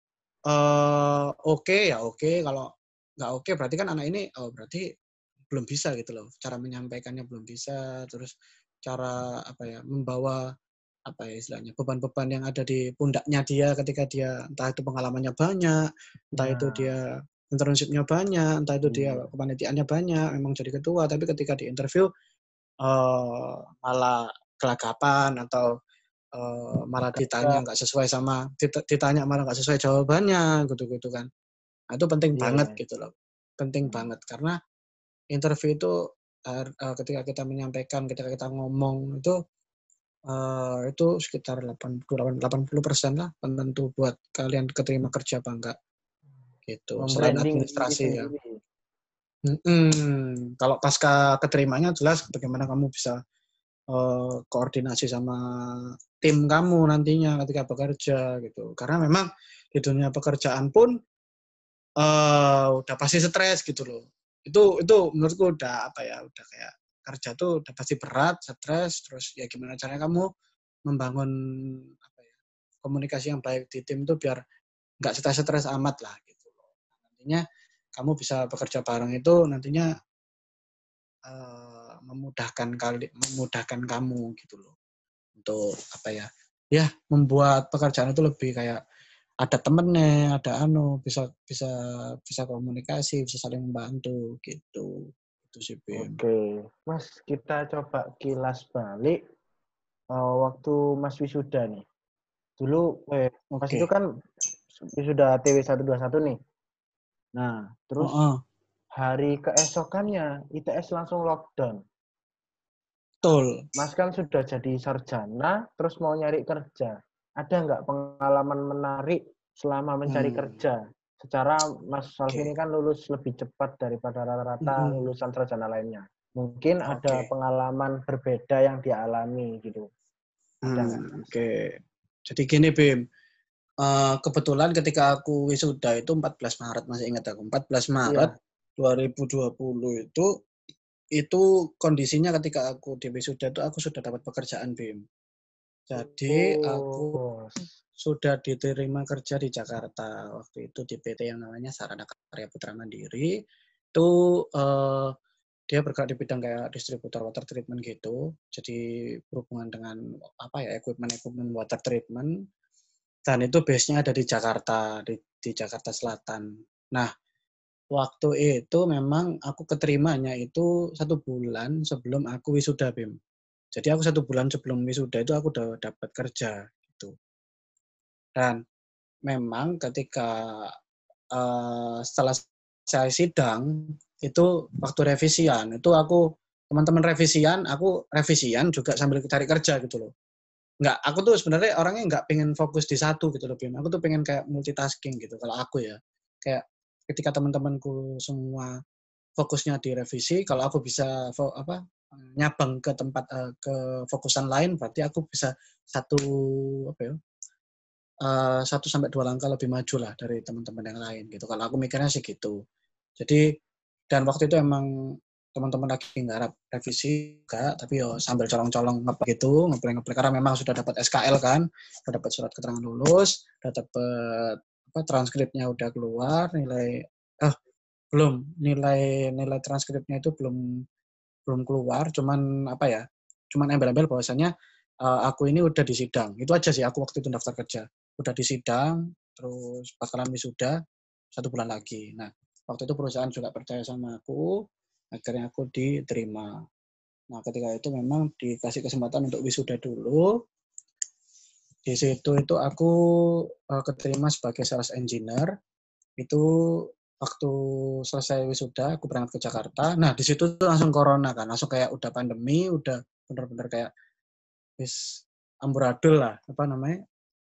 uh, oke okay, ya oke, okay. Kalau nggak oke okay, berarti kan anak ini oh berarti belum bisa gitu loh. Cara menyampaikannya belum bisa, terus cara apa ya membawa apa ya istilahnya beban-beban yang ada di pundaknya dia ketika dia entah itu pengalamannya banyak, entah Nah, itu dia internship-nya banyak, entah itu dia iya. kepanitiaannya banyak, memang jadi ketua, tapi ketika di interview uh, malah gelagapan atau uh, malah ditanya Gagap. nggak sesuai sama ditanya malah nggak sesuai jawabannya gitu-gitu kan. Nah, itu penting Iya, banget iya. gitu loh. Penting Hmm. banget karena interview itu uh, ketika kita menyampaikan, ketika kita ngomong itu uh, itu sekitar delapan puluh persen lah penentu buat kalian keterima kerja apa enggak gitu. Selain Membranding diri administrasi ya. sendiri. Hmm, kalau pasca keterimanya jelas bagaimana kamu bisa uh, koordinasi sama tim kamu nantinya ketika bekerja gitu. Karena memang di dunia pekerjaan pun uh, udah pasti stres gitu loh. Itu itu menurutku udah apa ya, udah kayak kerja tuh udah pasti berat, stres, terus ya gimana caranya kamu membangun apa ya, komunikasi yang baik di tim tuh biar nggak stres-stres amat lah gitu loh. Nantinya kamu bisa bekerja bareng itu nantinya uh, memudahkan kali memudahkan kamu gitu loh. Untuk apa ya? Ya, membuat pekerjaan itu lebih kayak ada temennya, ada anu, bisa bisa bisa komunikasi, bisa saling membantu gitu. Itu sih, Bim. Oke, Mas, kita coba kilas balik uh, waktu Mas wisuda nih. Dulu, eh, Mas itu Oke. kan wisuda T W seratus dua puluh satu nih. Nah, Oh, terus oh. hari keesokannya I T S langsung lockdown. Betul. Mas kan sudah jadi sarjana, terus mau nyari kerja. Ada nggak pengalaman menarik selama mencari Hmm. kerja? Secara Mas Salvi ini Oke. kan lulus lebih cepat daripada rata-rata Hmm. lulusan sarjana lainnya. Mungkin ada Oke. pengalaman berbeda yang dialami gitu. Ada nggak? Hmm. Oke. Jadi gini, Bim. Uh, kebetulan ketika aku wisuda itu empat belas Maret, masih ingat aku. empat belas Maret Iya. dua ribu dua puluh itu itu kondisinya ketika aku di wisuda itu aku sudah dapat pekerjaan, Bim. Jadi aku Oh. sudah diterima kerja di Jakarta waktu itu di P T yang namanya Sarana Karya Putra Mandiri. Itu uh, dia bergerak di bidang kayak distributor water treatment gitu. Jadi berhubungan dengan apa ya equipment-equipment water treatment. Dan itu base-nya ada di Jakarta, di, di Jakarta Selatan. Nah, waktu itu memang aku keterimanya itu satu bulan sebelum aku wisuda, Bim. Jadi aku satu bulan sebelum wisuda itu aku udah dapat kerja gitu. Dan memang ketika uh, setelah saya sidang itu waktu revisian itu aku teman-teman revisian, aku revisian juga sambil cari kerja gitu loh. Nggak, aku tuh sebenarnya orangnya nggak pengen fokus di satu gitu loh, Bim. Aku tuh pengen kayak multitasking gitu kalau aku ya. Kayak ketika teman-temanku semua fokusnya di revisi, kalau aku bisa apa nyabang ke tempat uh, ke fokusan lain, berarti aku bisa satu apa ya uh, satu sampai dua langkah lebih maju lah dari teman-teman yang lain gitu. Kalau aku mikirnya sih gitu. Jadi dan waktu itu emang teman-teman lagi nggarap revisi juga, tapi yo sambil colong-colong ngeplek gitu, ngeplek-ngeplek karena memang sudah dapat S K L kan, sudah dapat surat keterangan lulus, sudah dapat apa transkripnya udah keluar, nilai eh belum nilai nilai transkripnya itu belum belum keluar, cuman apa ya, cuman embel-embel bahwasannya uh, aku ini udah di sidang. Itu aja sih aku waktu itu daftar kerja. Udah di sidang, terus bakalan wisuda satu bulan lagi. Nah, waktu itu perusahaan juga percaya sama aku, akhirnya aku diterima. Nah, ketika itu memang dikasih kesempatan untuk wisuda dulu. Di situ itu aku uh, keterima sebagai sales engineer. Itu waktu selesai wisuda aku berangkat ke Jakarta. Nah, di situ tuh langsung corona kan, langsung kayak udah pandemi, udah bener-bener kayak wis amburadul lah, apa namanya?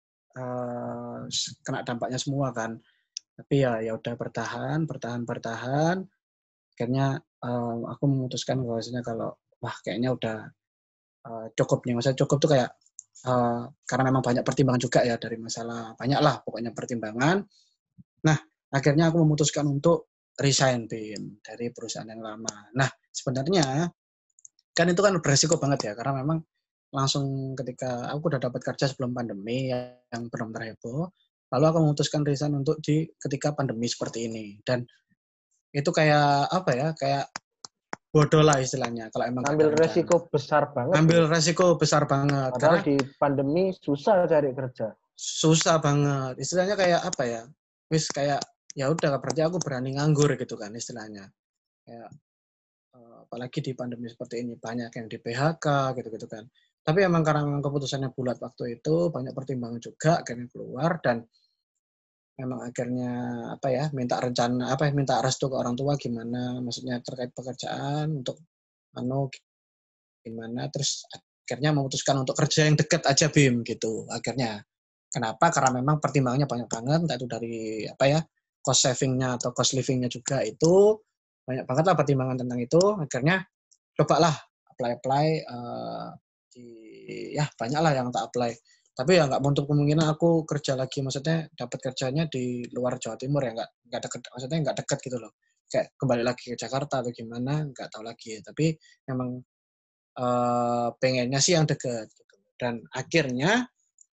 Uh, kena dampaknya semua kan. Tapi ya ya udah bertahan, bertahan, bertahan. Akhirnya uh, aku memutuskan bahwasanya kalau wah kayaknya udah uh, cukup nih. Maksudnya cukup tuh kayak uh, karena memang banyak pertimbangan juga ya dari masalah banyak lah pokoknya pertimbangan. Nah, akhirnya aku memutuskan untuk resign, Bim, dari perusahaan yang lama. Nah, sebenarnya kan itu kan beresiko banget ya, karena memang langsung ketika aku udah dapat kerja sebelum pandemi yang benar-benar heboh, lalu aku memutuskan resign untuk di ketika pandemi seperti ini. Dan itu kayak apa ya, kayak bodoh lah istilahnya kalau emang gak ada Ngambil rencana. resiko besar banget Ngambil ini. resiko besar banget. Padahal Karena di pandemi susah cari kerja. susah banget. Istilahnya kayak apa ya? Wis kayak ya udah berarti aku berani nganggur gitu kan istilahnya. Kayak uh, apalagi di pandemi seperti ini banyak yang di P H K gitu-gitu kan. Tapi emang karena memang keputusannya bulat waktu itu banyak pertimbangan juga akhirnya keluar dan memang akhirnya apa ya minta rencana apa ya minta restu ke orang tua gimana maksudnya terkait pekerjaan untuk anu gimana terus akhirnya memutuskan untuk kerja yang dekat aja Bim gitu akhirnya. Kenapa? Karena memang pertimbangannya banyak banget, entah itu dari apa ya, cost saving-nya atau cost living-nya juga itu banyak banget lah pertimbangan tentang itu. Akhirnya cobalah apply-apply uh, di ya banyak lah yang tak apply. Tapi ya nggak menutup kemungkinan aku kerja lagi, maksudnya dapat kerjanya di luar Jawa Timur ya nggak nggak deket, maksudnya nggak deket gitu loh. Kayak kembali lagi ke Jakarta atau gimana nggak tahu lagi. Tapi memang uh, pengennya sih yang deket. Gitu. Dan akhirnya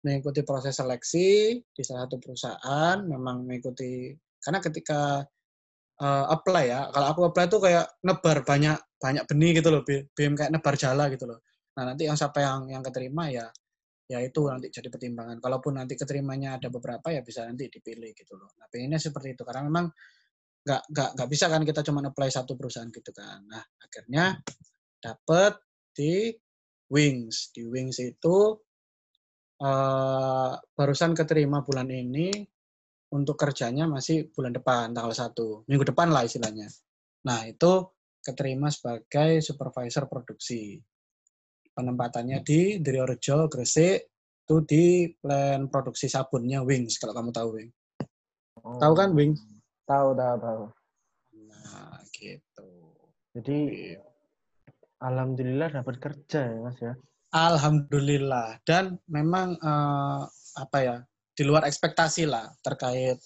mengikuti proses seleksi di salah satu perusahaan, memang mengikuti, karena ketika uh, apply ya, kalau aku apply tuh kayak nebar banyak banyak benih gitu loh, B I M kayak nebar jala gitu loh. Nah nanti yang siapa yang yang keterima ya, ya itu nanti jadi pertimbangan. Kalaupun nanti keterimanya ada beberapa ya bisa nanti dipilih gitu loh. Nah pengennya seperti itu karena memang nggak nggak nggak bisa kan kita cuma apply satu perusahaan gitu kan. Nah akhirnya dapet di Wings. Di Wings itu uh, barusan keterima bulan ini, untuk kerjanya masih bulan depan, tanggal satu. Minggu depan lah istilahnya. Nah itu keterima sebagai supervisor produksi. Penempatannya di Diriorejo, Gresik, itu di plan produksi sabunnya Wings, kalau kamu tahu Wings. Oh, Tahu kan Wings? tahu, tahu, tahu. Nah gitu. Jadi alhamdulillah dapat kerja ya Mas ya. Alhamdulillah, dan memang eh, apa ya, di luar ekspektasi lah terkait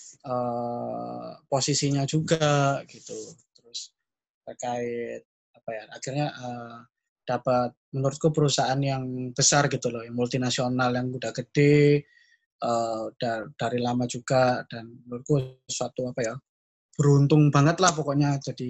eh, posisinya juga gitu. Terus terkait apa ya, akhirnya eh, dapat menurutku perusahaan yang besar gitu loh, yang multinasional yang udah gede eh, dar, dari lama juga, dan menurutku suatu apa ya, beruntung banget lah pokoknya jadi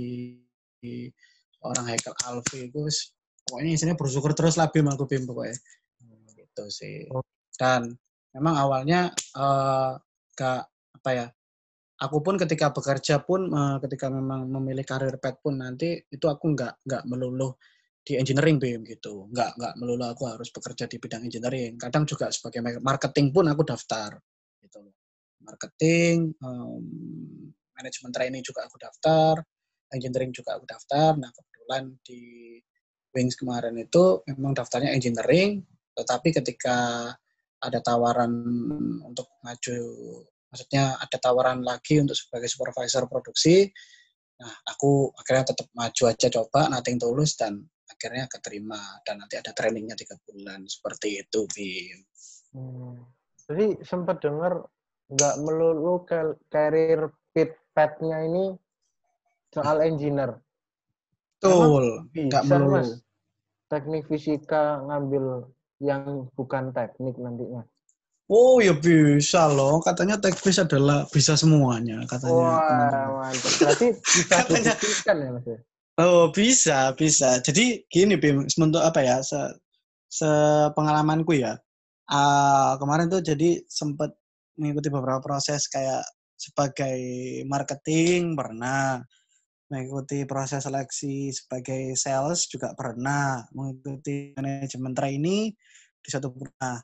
orang Haikal Alfi itu. Pokoknya isinya bersyukur terus lah Bim, aku Bim pokoknya. Gitu sih. Dan memang awalnya uh, gak apa ya, aku pun ketika bekerja pun uh, ketika memang memilih karir pet pun nanti itu aku nggak nggak melulu di engineering Bim gitu. Nggak nggak melulu aku harus bekerja di bidang engineering. Kadang juga sebagai marketing pun aku daftar gitu. Marketing, um, manajemen training juga aku daftar, engineering juga aku daftar. Nah kebetulan di Wings kemarin itu memang daftarnya engineering, tetapi ketika ada tawaran untuk maju, maksudnya ada tawaran lagi untuk sebagai supervisor produksi, nah aku akhirnya tetap maju aja coba, nothing tulus, dan akhirnya keterima, dan nanti ada trainingnya tiga bulan, seperti itu, Bim. Hmm. Jadi sempat dengar nggak melulu karir pit petnya ini soal engineer. Memang Betul, nggak bisa melulu. Mas teknik fisika ngambil yang bukan teknik nantinya. Oh ya bisa loh, katanya teknis adalah bisa semuanya, katanya Wah, teman-teman. mantap. Berarti bisa Katanya, dibuktikan ya Mas ya? oh bisa, bisa. Jadi gini Bim, untuk apa ya, se sepengalamanku ya, uh, kemarin tuh jadi sempat mengikuti beberapa proses kayak sebagai marketing pernah, mengikuti proses seleksi sebagai sales juga pernah, mengikuti manajemen trainee di satu pernah.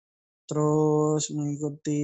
Terus mengikuti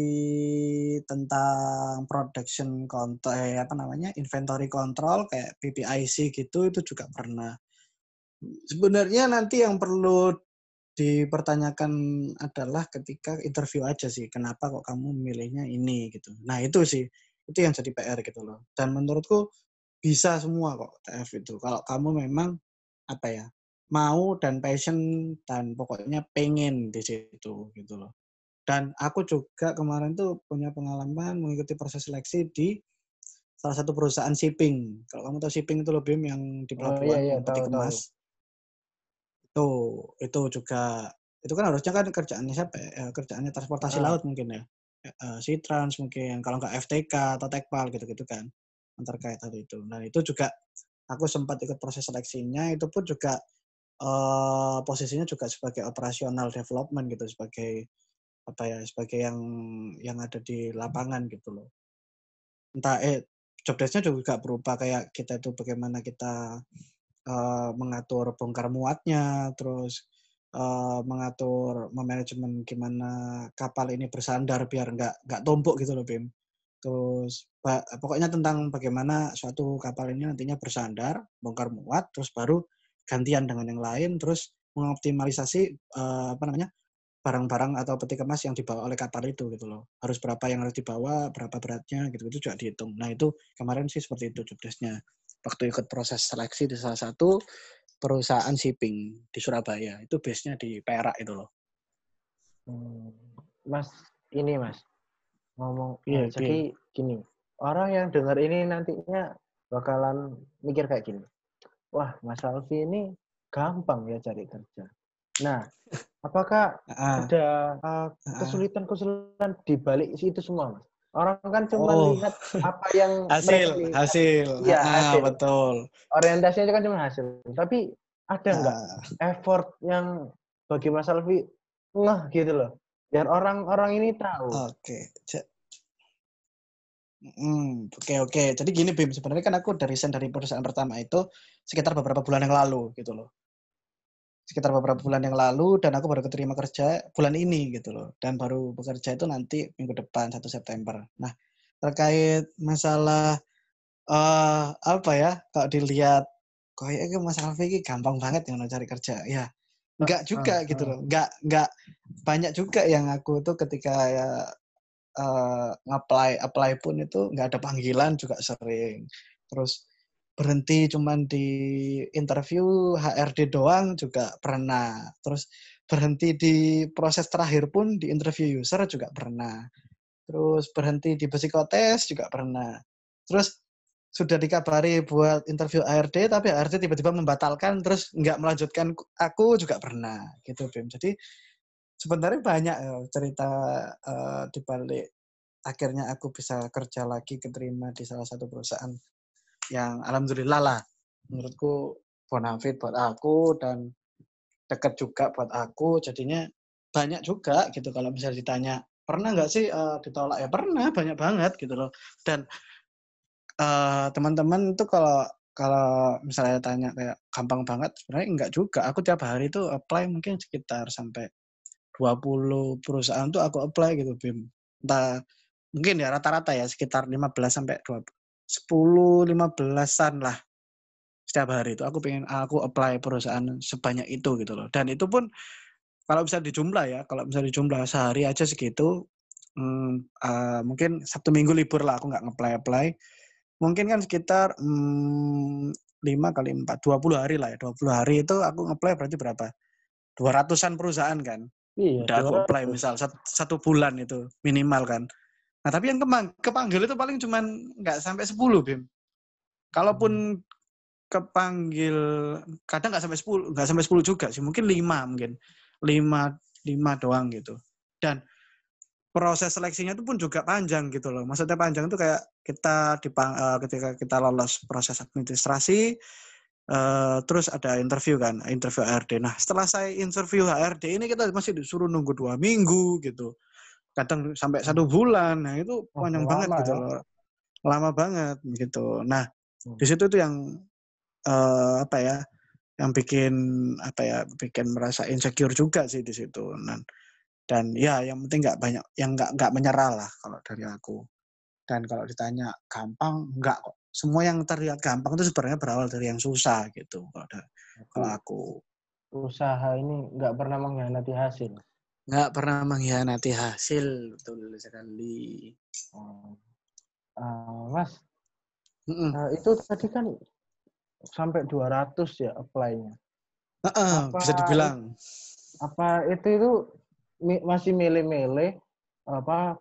tentang production control, eh, apa namanya, inventory control kayak P P I C gitu, itu juga pernah. Sebenarnya nanti yang perlu dipertanyakan adalah ketika interview aja sih, kenapa kok kamu memilihnya ini gitu. Nah itu sih, itu yang jadi P R gitu loh. Dan menurutku bisa semua kok T F itu. Kalau kamu memang apa ya, mau dan passion dan pokoknya pengen di situ gitu loh. Dan aku juga kemarin tuh punya pengalaman mengikuti proses seleksi di salah satu perusahaan shipping. Kalau kamu tahu shipping itu loh Bim, yang di Oh iya pelabuhan, iya yang peti tahu tahu. kemas. Itu itu juga, itu kan harusnya kan kerjaannya siapa ya? Eh, kerjaannya transportasi Ah. laut mungkin ya. Uh, Seatrans mungkin, kalau nggak F T K atau Tekpal gitu-gitu kan. Yang terkait hal itu. Nah itu juga aku sempat ikut proses seleksinya, itu pun juga uh, posisinya juga sebagai operational development gitu, sebagai apa ya, sebagai yang yang ada di lapangan gitu loh. Entah eh job desk-nya juga berupa kayak kita itu bagaimana kita uh, mengatur bongkar muatnya, terus uh, mengatur memanajemen gimana kapal ini bersandar biar nggak nggak tumpuk gitu loh Bim. Terus ba- pokoknya tentang bagaimana suatu kapal ini nantinya bersandar, bongkar muat, terus baru gantian dengan yang lain, terus mengoptimalisasi uh, apa namanya, barang-barang atau peti kemas yang dibawa oleh kapal itu gitu loh. Harus berapa yang harus dibawa, berapa beratnya gitu, itu juga dihitung. Nah itu kemarin sih seperti itu job desk-nya. Waktu ikut proses seleksi di salah satu perusahaan shipping di Surabaya. Itu base-nya di Perak itu loh. Hmm. Mas, ini Mas, ngomong, uh, Iya, jadi gini, orang yang dengar ini nantinya bakalan mikir kayak gini. Wah, Mas Alfi ini gampang ya cari kerja. Nah, Apakah Ah, ada uh, ah. kesulitan-kesulitan di balik itu semua, Mas? Orang kan cuma Oh, lihat apa yang mereka hasil, lihat. hasil. Iya, Ah, hasil. betul. Orientasinya itu kan cuma hasil. Tapi ada nggak Ah, effort yang bagi Mas Alfi ngeh gitu loh. Biar orang-orang ini tahu. oke. Ja- Hmm, oke oke. Jadi gini Bim, sebenarnya kan aku dari resign dari perusahaan pertama itu sekitar beberapa bulan yang lalu gitu loh. Sekitar beberapa bulan yang lalu dan aku baru keterima kerja bulan ini gitu loh. Dan baru bekerja itu nanti minggu depan satu September. Nah, terkait masalah eh apa ya? Kalau dilihat kayaknya Mas Alfi ini gampang banget yang cari kerja. Ya, enggak Ah, juga gitu ah. loh. Enggak enggak banyak juga yang aku tuh ketika ya uh, nge-apply apply pun itu nggak ada panggilan juga sering. Terus berhenti cuman di interview H R D doang juga pernah. Terus berhenti di proses terakhir pun di interview user juga pernah. Terus berhenti di psikotes juga pernah. Terus sudah dikabari buat interview H R D tapi H R D tiba-tiba membatalkan terus nggak melanjutkan aku juga pernah gitu Bim. Jadi sebenarnya banyak ya cerita uh, di balik akhirnya aku bisa kerja lagi keterima di salah satu perusahaan yang alhamdulillah lah menurutku bonafit buat aku dan dekat juga buat aku jadinya banyak juga gitu kalau misalnya ditanya pernah nggak sih uh, ditolak ya pernah banyak banget gitu loh dan uh, teman-teman itu kalau kalau misalnya tanya kayak gampang banget sebenarnya enggak juga aku tiap hari itu apply mungkin sekitar sampai dua puluh perusahaan tuh aku apply gitu Bim entah mungkin ya rata-rata ya sekitar lima belas sampai dua puluh sepuluh lima belasan lah setiap hari itu aku pengen aku apply perusahaan sebanyak itu gitu loh dan itu pun kalau bisa dijumlah ya kalau bisa dijumlah sehari aja segitu hmm, uh, mungkin Sabtu Minggu libur lah aku nggak nge-apply apply mungkin kan sekitar hmm, lima kali empat dua puluh hari lah ya dua puluh hari itu aku nge-apply berarti berapa dua ratusan perusahaan kan Iya, udah aku apply dua ratus. misal satu, satu bulan itu minimal kan. Nah, tapi yang kemang, kepanggil itu paling cuman nggak sampai sepuluh, Bim. Kalaupun kepanggil, kadang nggak sampai sepuluh, nggak sampai sepuluh juga sih, mungkin lima mungkin. lima, lima doang gitu. Dan proses seleksinya itu pun juga panjang gitu loh. Maksudnya panjang itu kayak kita dipang, uh, ketika kita lolos proses administrasi, uh, terus ada interview kan, interview H R D. Nah, setelah saya interview H R D ini kita masih disuruh nunggu dua minggu gitu. Kadang sampai satu bulan. Nah, itu Oh, panjang banget lama gitu ya. loh. Lama banget gitu. Nah, di situ tuh yang uh, apa ya? Yang bikin apa ya? Bikin merasa insecure juga sih di situ. Dan dan ya yang penting nggak banyak yang nggak nggak menyerah lah kalau dari aku. Dan kalau ditanya gampang, nggak kok. Semua yang terlihat gampang itu sebenarnya berawal dari yang susah gitu. Kalau ada, kalau aku Usaha ini nggak pernah mengkhianati hasil. nggak pernah mengkhianati hasil, betul sekali. Oh. Uh, Mas, Mm-mm. uh, itu tadi kan sampai dua ratus ya apply-nya. Uh-uh, Apa bisa dibilang. apa itu itu masih milih-milih apa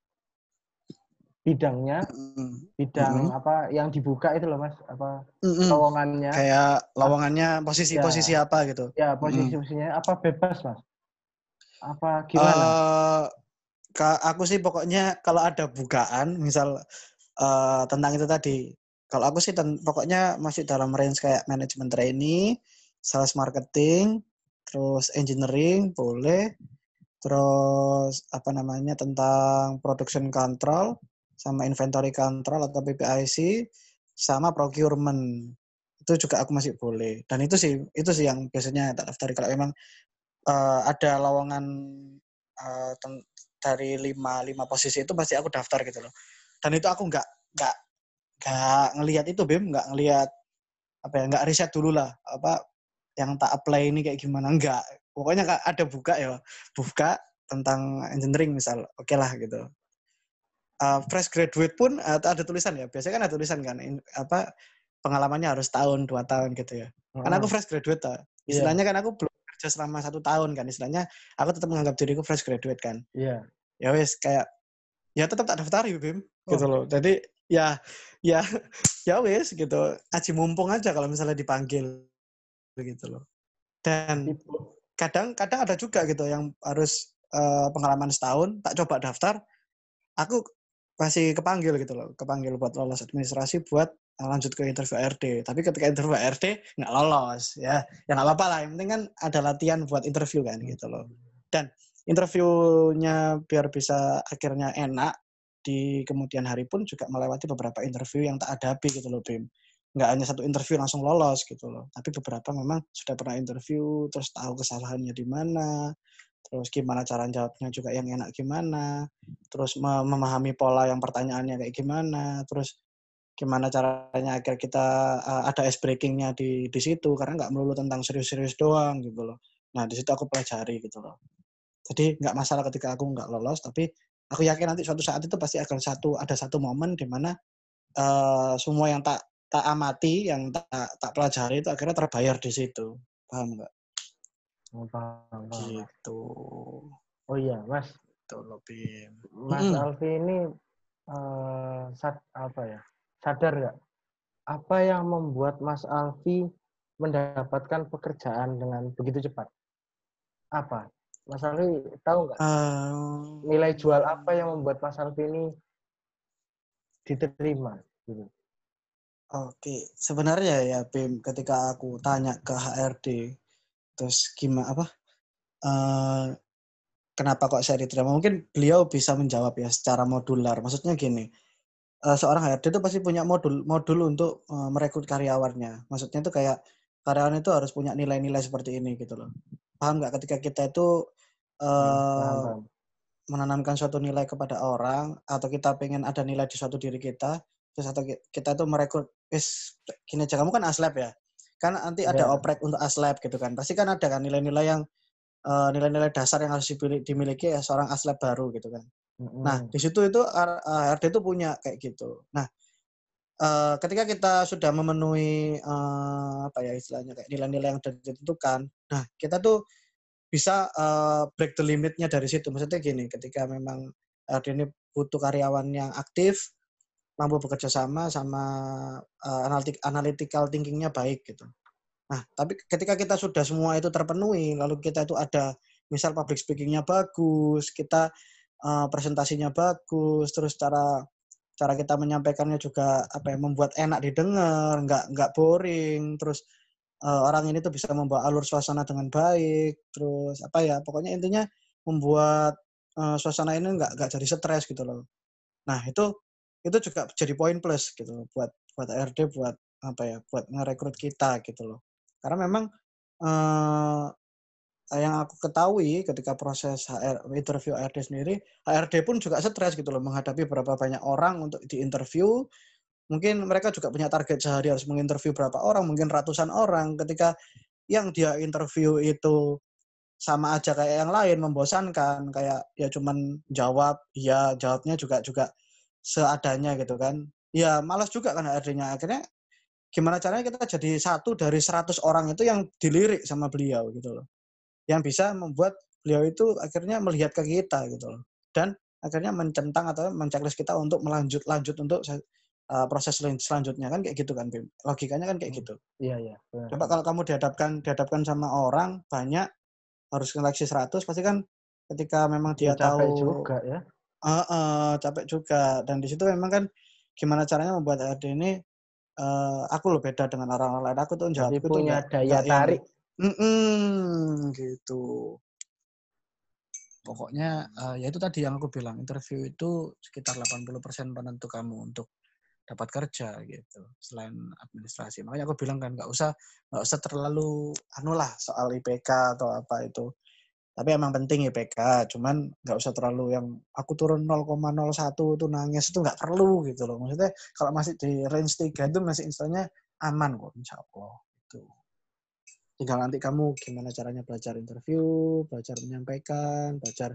bidangnya, Mm-mm. bidang Mm-mm. apa yang dibuka itu loh Mas, apa Mm-mm. lowongannya? Kayak Ah, lowongannya posisi-posisi ya, apa gitu. ya Mm-mm. posisi-posisinya apa bebas Mas? Apa gimana? Uh, aku sih pokoknya kalau ada bukaan, misal uh, tentang itu tadi, kalau aku sih ten- pokoknya masih dalam range kayak manajemen trainee, sales marketing, terus engineering boleh, terus apa namanya tentang production control, sama inventory control atau P P I C, sama procurement itu juga aku masih boleh. Dan itu sih itu sih yang biasanya tak daftari kalau memang uh, ada lowongan uh, ten- dari lima lima posisi itu pasti aku daftar gitu loh. Dan itu aku nggak nggak nggak ngelihat itu Bim, nggak ngelihat apa ya nggak riset dulu lah apa yang tak apply ini kayak gimana nggak. Pokoknya ada buka ya buka tentang engineering misal oke okay lah gitu. Uh, fresh graduate pun uh, ada tulisan ya biasanya kan ada tulisan kan in, apa pengalamannya harus tahun dua tahun gitu ya karena aku Hmm, fresh graduate lah. iya, Istilahnya kan aku belum kerja selama satu tahun kan istilahnya aku tetap menganggap diriku fresh graduate kan iya. ya wes kayak ya tetap tak daftari Bim gitu Oh, loh jadi ya ya ya wes gitu aji mumpung aja kalau misalnya dipanggil gitu loh dan tipe. kadang kadang ada juga gitu yang harus uh, pengalaman setahun, tak coba daftar, aku masih kepanggil gitu loh, kepanggil buat lolos administrasi buat uh, lanjut ke interview A R D. Tapi ketika interview A R D nggak lolos, ya ya nggak apa-apa lah. Yang penting kan ada latihan buat interview kan gitu loh. Dan interviewnya biar bisa akhirnya enak di kemudian hari pun juga melewati beberapa interview yang tak hadapi gitu loh, Bim. Nggak hanya satu interview langsung lolos gitu loh. Tapi beberapa memang sudah pernah interview, terus tahu kesalahannya di mana, terus gimana cara jawabnya juga yang enak gimana, terus memahami pola yang pertanyaannya kayak gimana, terus gimana caranya agar kita uh, ada ice breakingnya di di situ, karena nggak melulu tentang serius-serius doang gitu loh. Nah di situ aku pelajari gitu loh. Jadi nggak masalah ketika aku nggak lolos, tapi aku yakin nanti suatu saat itu pasti akan satu ada satu momen di mana uh, semua yang tak tak amati, yang tak tak pelajari itu akhirnya terbayar di situ. Paham nggak? Oh, paham, paham. Gitu. Oh iya, Mas. Tuh lebih. Mas Mm-mm. Alfi ini uh, sad, apa ya? Sadar nggak? Apa yang membuat Mas Alfi mendapatkan pekerjaan dengan begitu cepat? Apa? Mas Alfi tahu nggak? Uh, Nilai jual apa yang membuat Mas Alfi ini diterima? Gitu. Oke, sebenarnya ya Bim, ketika aku tanya ke H R D, terus gimana apa? Uh, kenapa kok saya diterima? Mungkin beliau bisa menjawab ya secara modular. Maksudnya gini, uh, seorang H R D itu pasti punya modul modul untuk uh, merekrut karyawannya. Maksudnya itu kayak karyawan itu harus punya nilai-nilai seperti ini gitu loh. Paham nggak? Ketika kita itu Hmm, paham, uh, paham. menanamkan suatu nilai kepada orang, atau kita pengen ada nilai di suatu diri kita, terus atau kita itu merekrut, is gini aja, kamu kan aslab ya, kan nanti ada Ya. oprek untuk aslab gitu kan, pasti kan ada kan nilai-nilai yang uh, nilai-nilai dasar yang harus dimiliki ya seorang aslab baru gitu kan. Nah Mm-mm. di situ itu H R D itu punya kayak gitu. Nah uh, ketika kita sudah memenuhi uh, apa ya istilahnya kayak nilai-nilai yang sudah ditentukan, nah kita tuh bisa uh, break the limitnya dari situ. Maksudnya gini, ketika memang uh, ini butuh karyawan yang aktif, mampu bekerja sama, sama uh, analitik, analytical thinkingnya baik gitu. Nah, tapi ketika kita sudah semua itu terpenuhi, lalu kita itu ada, misal public speakingnya bagus, kita uh, presentasinya bagus, terus cara cara kita menyampaikannya juga apa ya, membuat enak didengar, nggak nggak boring, terus uh, orang ini tuh bisa membawa alur suasana dengan baik, terus apa ya, pokoknya intinya membuat uh, suasana ini nggak nggak jadi stres gitu loh. Nah itu itu juga jadi poin plus gitu buat buat H R D, buat apa ya, buat ngerekrut kita gitu loh. Karena memang uh, yang aku ketahui ketika proses H R, interview H R D sendiri, H R D pun juga stres gitu loh menghadapi berapa banyak orang untuk diinterview. Mungkin mereka juga punya target sehari harus menginterview berapa orang, mungkin ratusan orang. Ketika yang dia interview itu sama aja kayak yang lain, membosankan, kayak ya cuman jawab, ya jawabnya juga juga seadanya gitu kan. Ya malas juga kan H R D-nya. Akhirnya gimana caranya kita jadi satu dari seratus orang itu yang dilirik sama beliau gitu loh. Yang bisa membuat beliau itu akhirnya melihat ke kita gitu loh. Dan akhirnya mencentang atau menceklis kita untuk melanjut lanjut untuk uh, proses selanjutnya kan kayak gitu kan, Bim. Logikanya kan kayak gitu. Iya, iya. Coba kalau kamu dihadapkan dihadapkan sama orang banyak, harus seleksi seratus, pasti kan ketika memang Ya, dia capek tahu juga ya. uh, uh, capek juga. Dan di situ memang kan gimana caranya membuat H R D ini uh, aku loh beda dengan orang-orang lain. Aku tuh Berarti jawabku tuh punya nggak daya nggak yang tarik. mm gitu. Pokoknya uh, ya itu tadi yang aku bilang, interview itu sekitar delapan puluh persen penentu kamu untuk dapat kerja gitu, selain administrasi. Makanya aku bilang kan nggak usah nggak usah terlalu anu lah soal I P K atau apa itu. Tapi emang penting I P K, cuman nggak usah terlalu yang aku turun nol koma nol satu itu nangis, itu nggak perlu gitu loh. Maksudnya kalau masih di range tiga itu masih istilahnya aman kok, insya Allah. Gitu. Tinggal nanti kamu gimana caranya belajar interview, belajar menyampaikan, belajar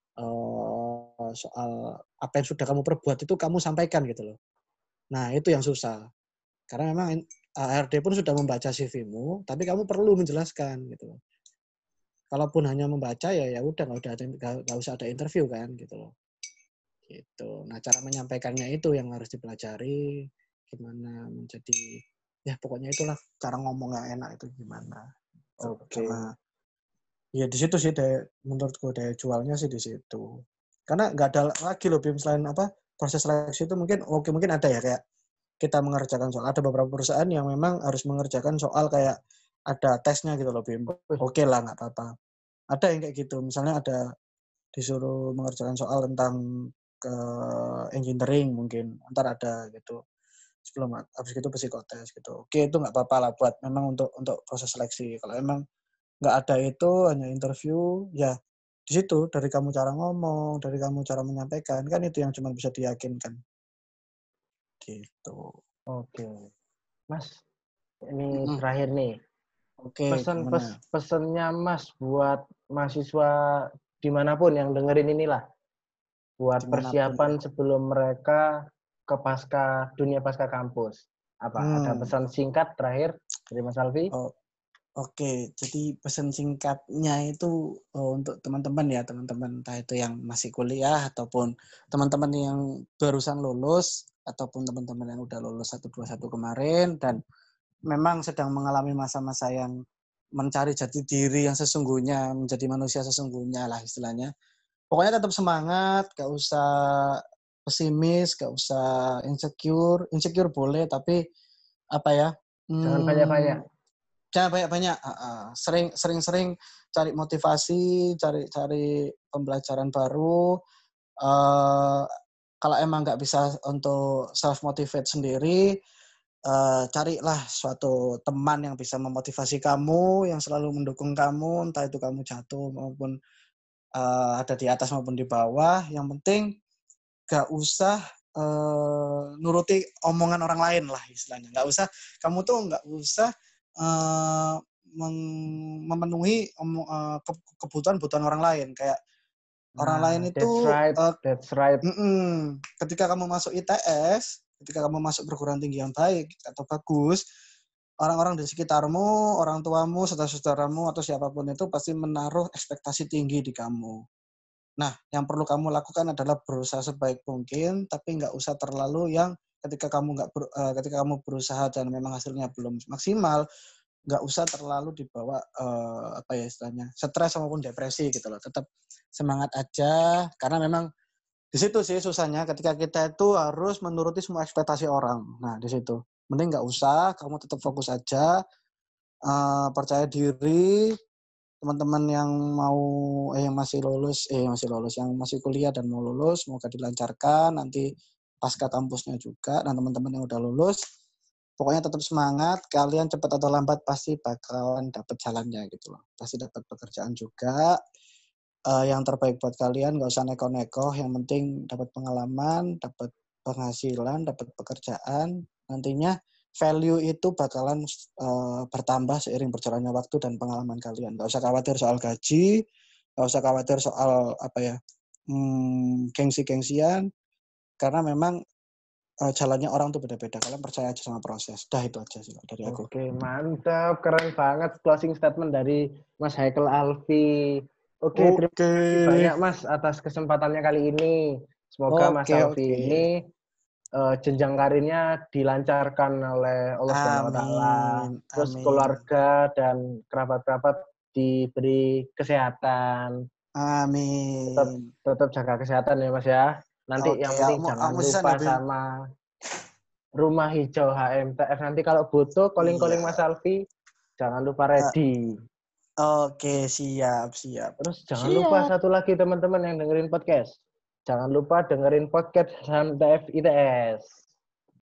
uh, soal apa yang sudah kamu perbuat itu kamu sampaikan gitu loh. Nah itu yang susah. Karena memang H R D pun sudah membaca C V-mu, tapi kamu perlu menjelaskan gitu loh. Kalaupun hanya membaca ya ya udah nggak udah nggak usah ada interview kan gitu loh. Gitu. Nah cara menyampaikannya itu yang harus dipelajari, gimana menjadi ya pokoknya itulah cara ngomong yang enak itu gimana. Gitu. Oke. Sama Ya di situ sih daya, menurutku daya jualnya sih di situ. Karena nggak ada lagi loh Bim selain apa proses seleksi itu mungkin oke mungkin ada ya kayak kita mengerjakan soal. Ada beberapa perusahaan yang memang harus mengerjakan soal kayak ada tesnya gitu loh Bim. Oke lah nggak apa-apa. Ada yang kayak gitu. Misalnya ada disuruh mengerjakan soal tentang ke engineering mungkin. Ntar ada gitu. Sebelum habis itu psikotes gitu. Oke itu nggak apa-apa lah buat memang untuk untuk proses seleksi. Kalau emang nggak ada itu hanya interview ya di situ dari kamu cara ngomong dari kamu cara menyampaikan kan itu yang cuma bisa diyakinkan gitu. Oke, Mas. Ini Mm-mm. terakhir nih. Oke Pesan gimana pes, pesennya Mas buat mahasiswa dimanapun yang dengerin inilah, buat dimanapun ya. persiapan sebelum mereka ke pasca dunia pasca kampus. Apa? Ada Hmm. pesan singkat terakhir dari Mas Alfi? Oh, oke, jadi pesan singkatnya itu oh, untuk teman-teman ya, teman-teman entah itu yang masih kuliah ataupun teman-teman yang barusan lulus ataupun teman-teman yang udah lulus satu dua satu kemarin dan memang sedang mengalami masa-masa yang mencari jati diri yang sesungguhnya, menjadi manusia sesungguhnya lah istilahnya. Pokoknya tetap semangat, gak usah pesimis, gak usah insecure. Insecure boleh, tapi apa ya? Jangan banyak-banyak. Hmm, jangan banyak-banyak. Sering, sering-sering cari motivasi, cari-cari pembelajaran baru. Uh, kalau emang nggak bisa untuk self motivate sendiri, uh, carilah suatu teman yang bisa memotivasi kamu, yang selalu mendukung kamu, entah itu kamu jatuh maupun uh, ada di atas maupun di bawah. Yang penting gak usah uh, nuruti omongan orang lain lah istilahnya. Gak usah, kamu tuh gak usah uh, memenuhi uh, kebutuhan-kebutuhan orang lain. Kayak nah, orang lain itu that's right, uh, that's right. Mm-mm. Ketika kamu masuk I T S, ketika kamu masuk perguruan tinggi yang baik atau bagus, orang-orang di sekitarmu, orang tuamu, saudara-saudaramu atau siapapun itu pasti menaruh ekspektasi tinggi di kamu. Nah, yang perlu kamu lakukan adalah berusaha sebaik mungkin, tapi nggak usah terlalu yang ketika kamu nggak ber, uh, ketika kamu berusaha dan memang hasilnya belum maksimal, nggak usah terlalu dibawa uh, apa ya istilahnya stres maupun depresi gitu loh. Tetap semangat aja, karena memang di situ sih susahnya ketika kita itu harus menuruti semua ekspektasi orang. Nah, di situ. Mending nggak usah, kamu tetap fokus aja, uh, percaya diri, teman-teman yang mau eh yang masih lulus, eh yang masih lulus, yang masih kuliah dan mau lulus, semoga dilancarkan nanti pasca kampusnya juga, dan teman-teman yang udah lulus, pokoknya tetap semangat, kalian cepat atau lambat pasti bakalan dapat jalannya gitu loh. Pasti dapat pekerjaan juga. Uh, yang terbaik buat kalian, nggak usah neko-neko, yang penting dapat pengalaman, dapat penghasilan, dapat pekerjaan, nantinya value itu bakalan uh, bertambah seiring berjalannya waktu dan pengalaman kalian. Nggak usah khawatir soal gaji, nggak usah khawatir soal apa ya, hmm, gengsi-gengsian, karena memang uh, jalannya orang tuh beda-beda. Kalian percaya aja sama proses. Dah itu aja sih dari aku. Oke, mantap. Keren banget closing statement dari Mas Haikal Alfi. Oke, terima Oke, kasih banyak Mas atas kesempatannya kali ini. Semoga Mas oke, Alfi oke. ini uh, jenjang karirnya dilancarkan oleh Allah Subhanahu wa taala. Amin, Terus amin, keluarga dan kerabat-kerabat diberi kesehatan. Tetap amin. tetap jaga kesehatan ya Mas ya. Nanti Oke, yang penting aku, jangan aku sisaan ya, lupa Bim. sama Rumah Hijau H M T F. Nanti kalau butuh Iya. calling-calling Mas Alfi, jangan lupa Uh, ready. oke, siap, siap. Terus jangan lupa Siap. satu lagi teman-teman yang dengerin podcast. Jangan lupa dengerin podcast H M T F I T S.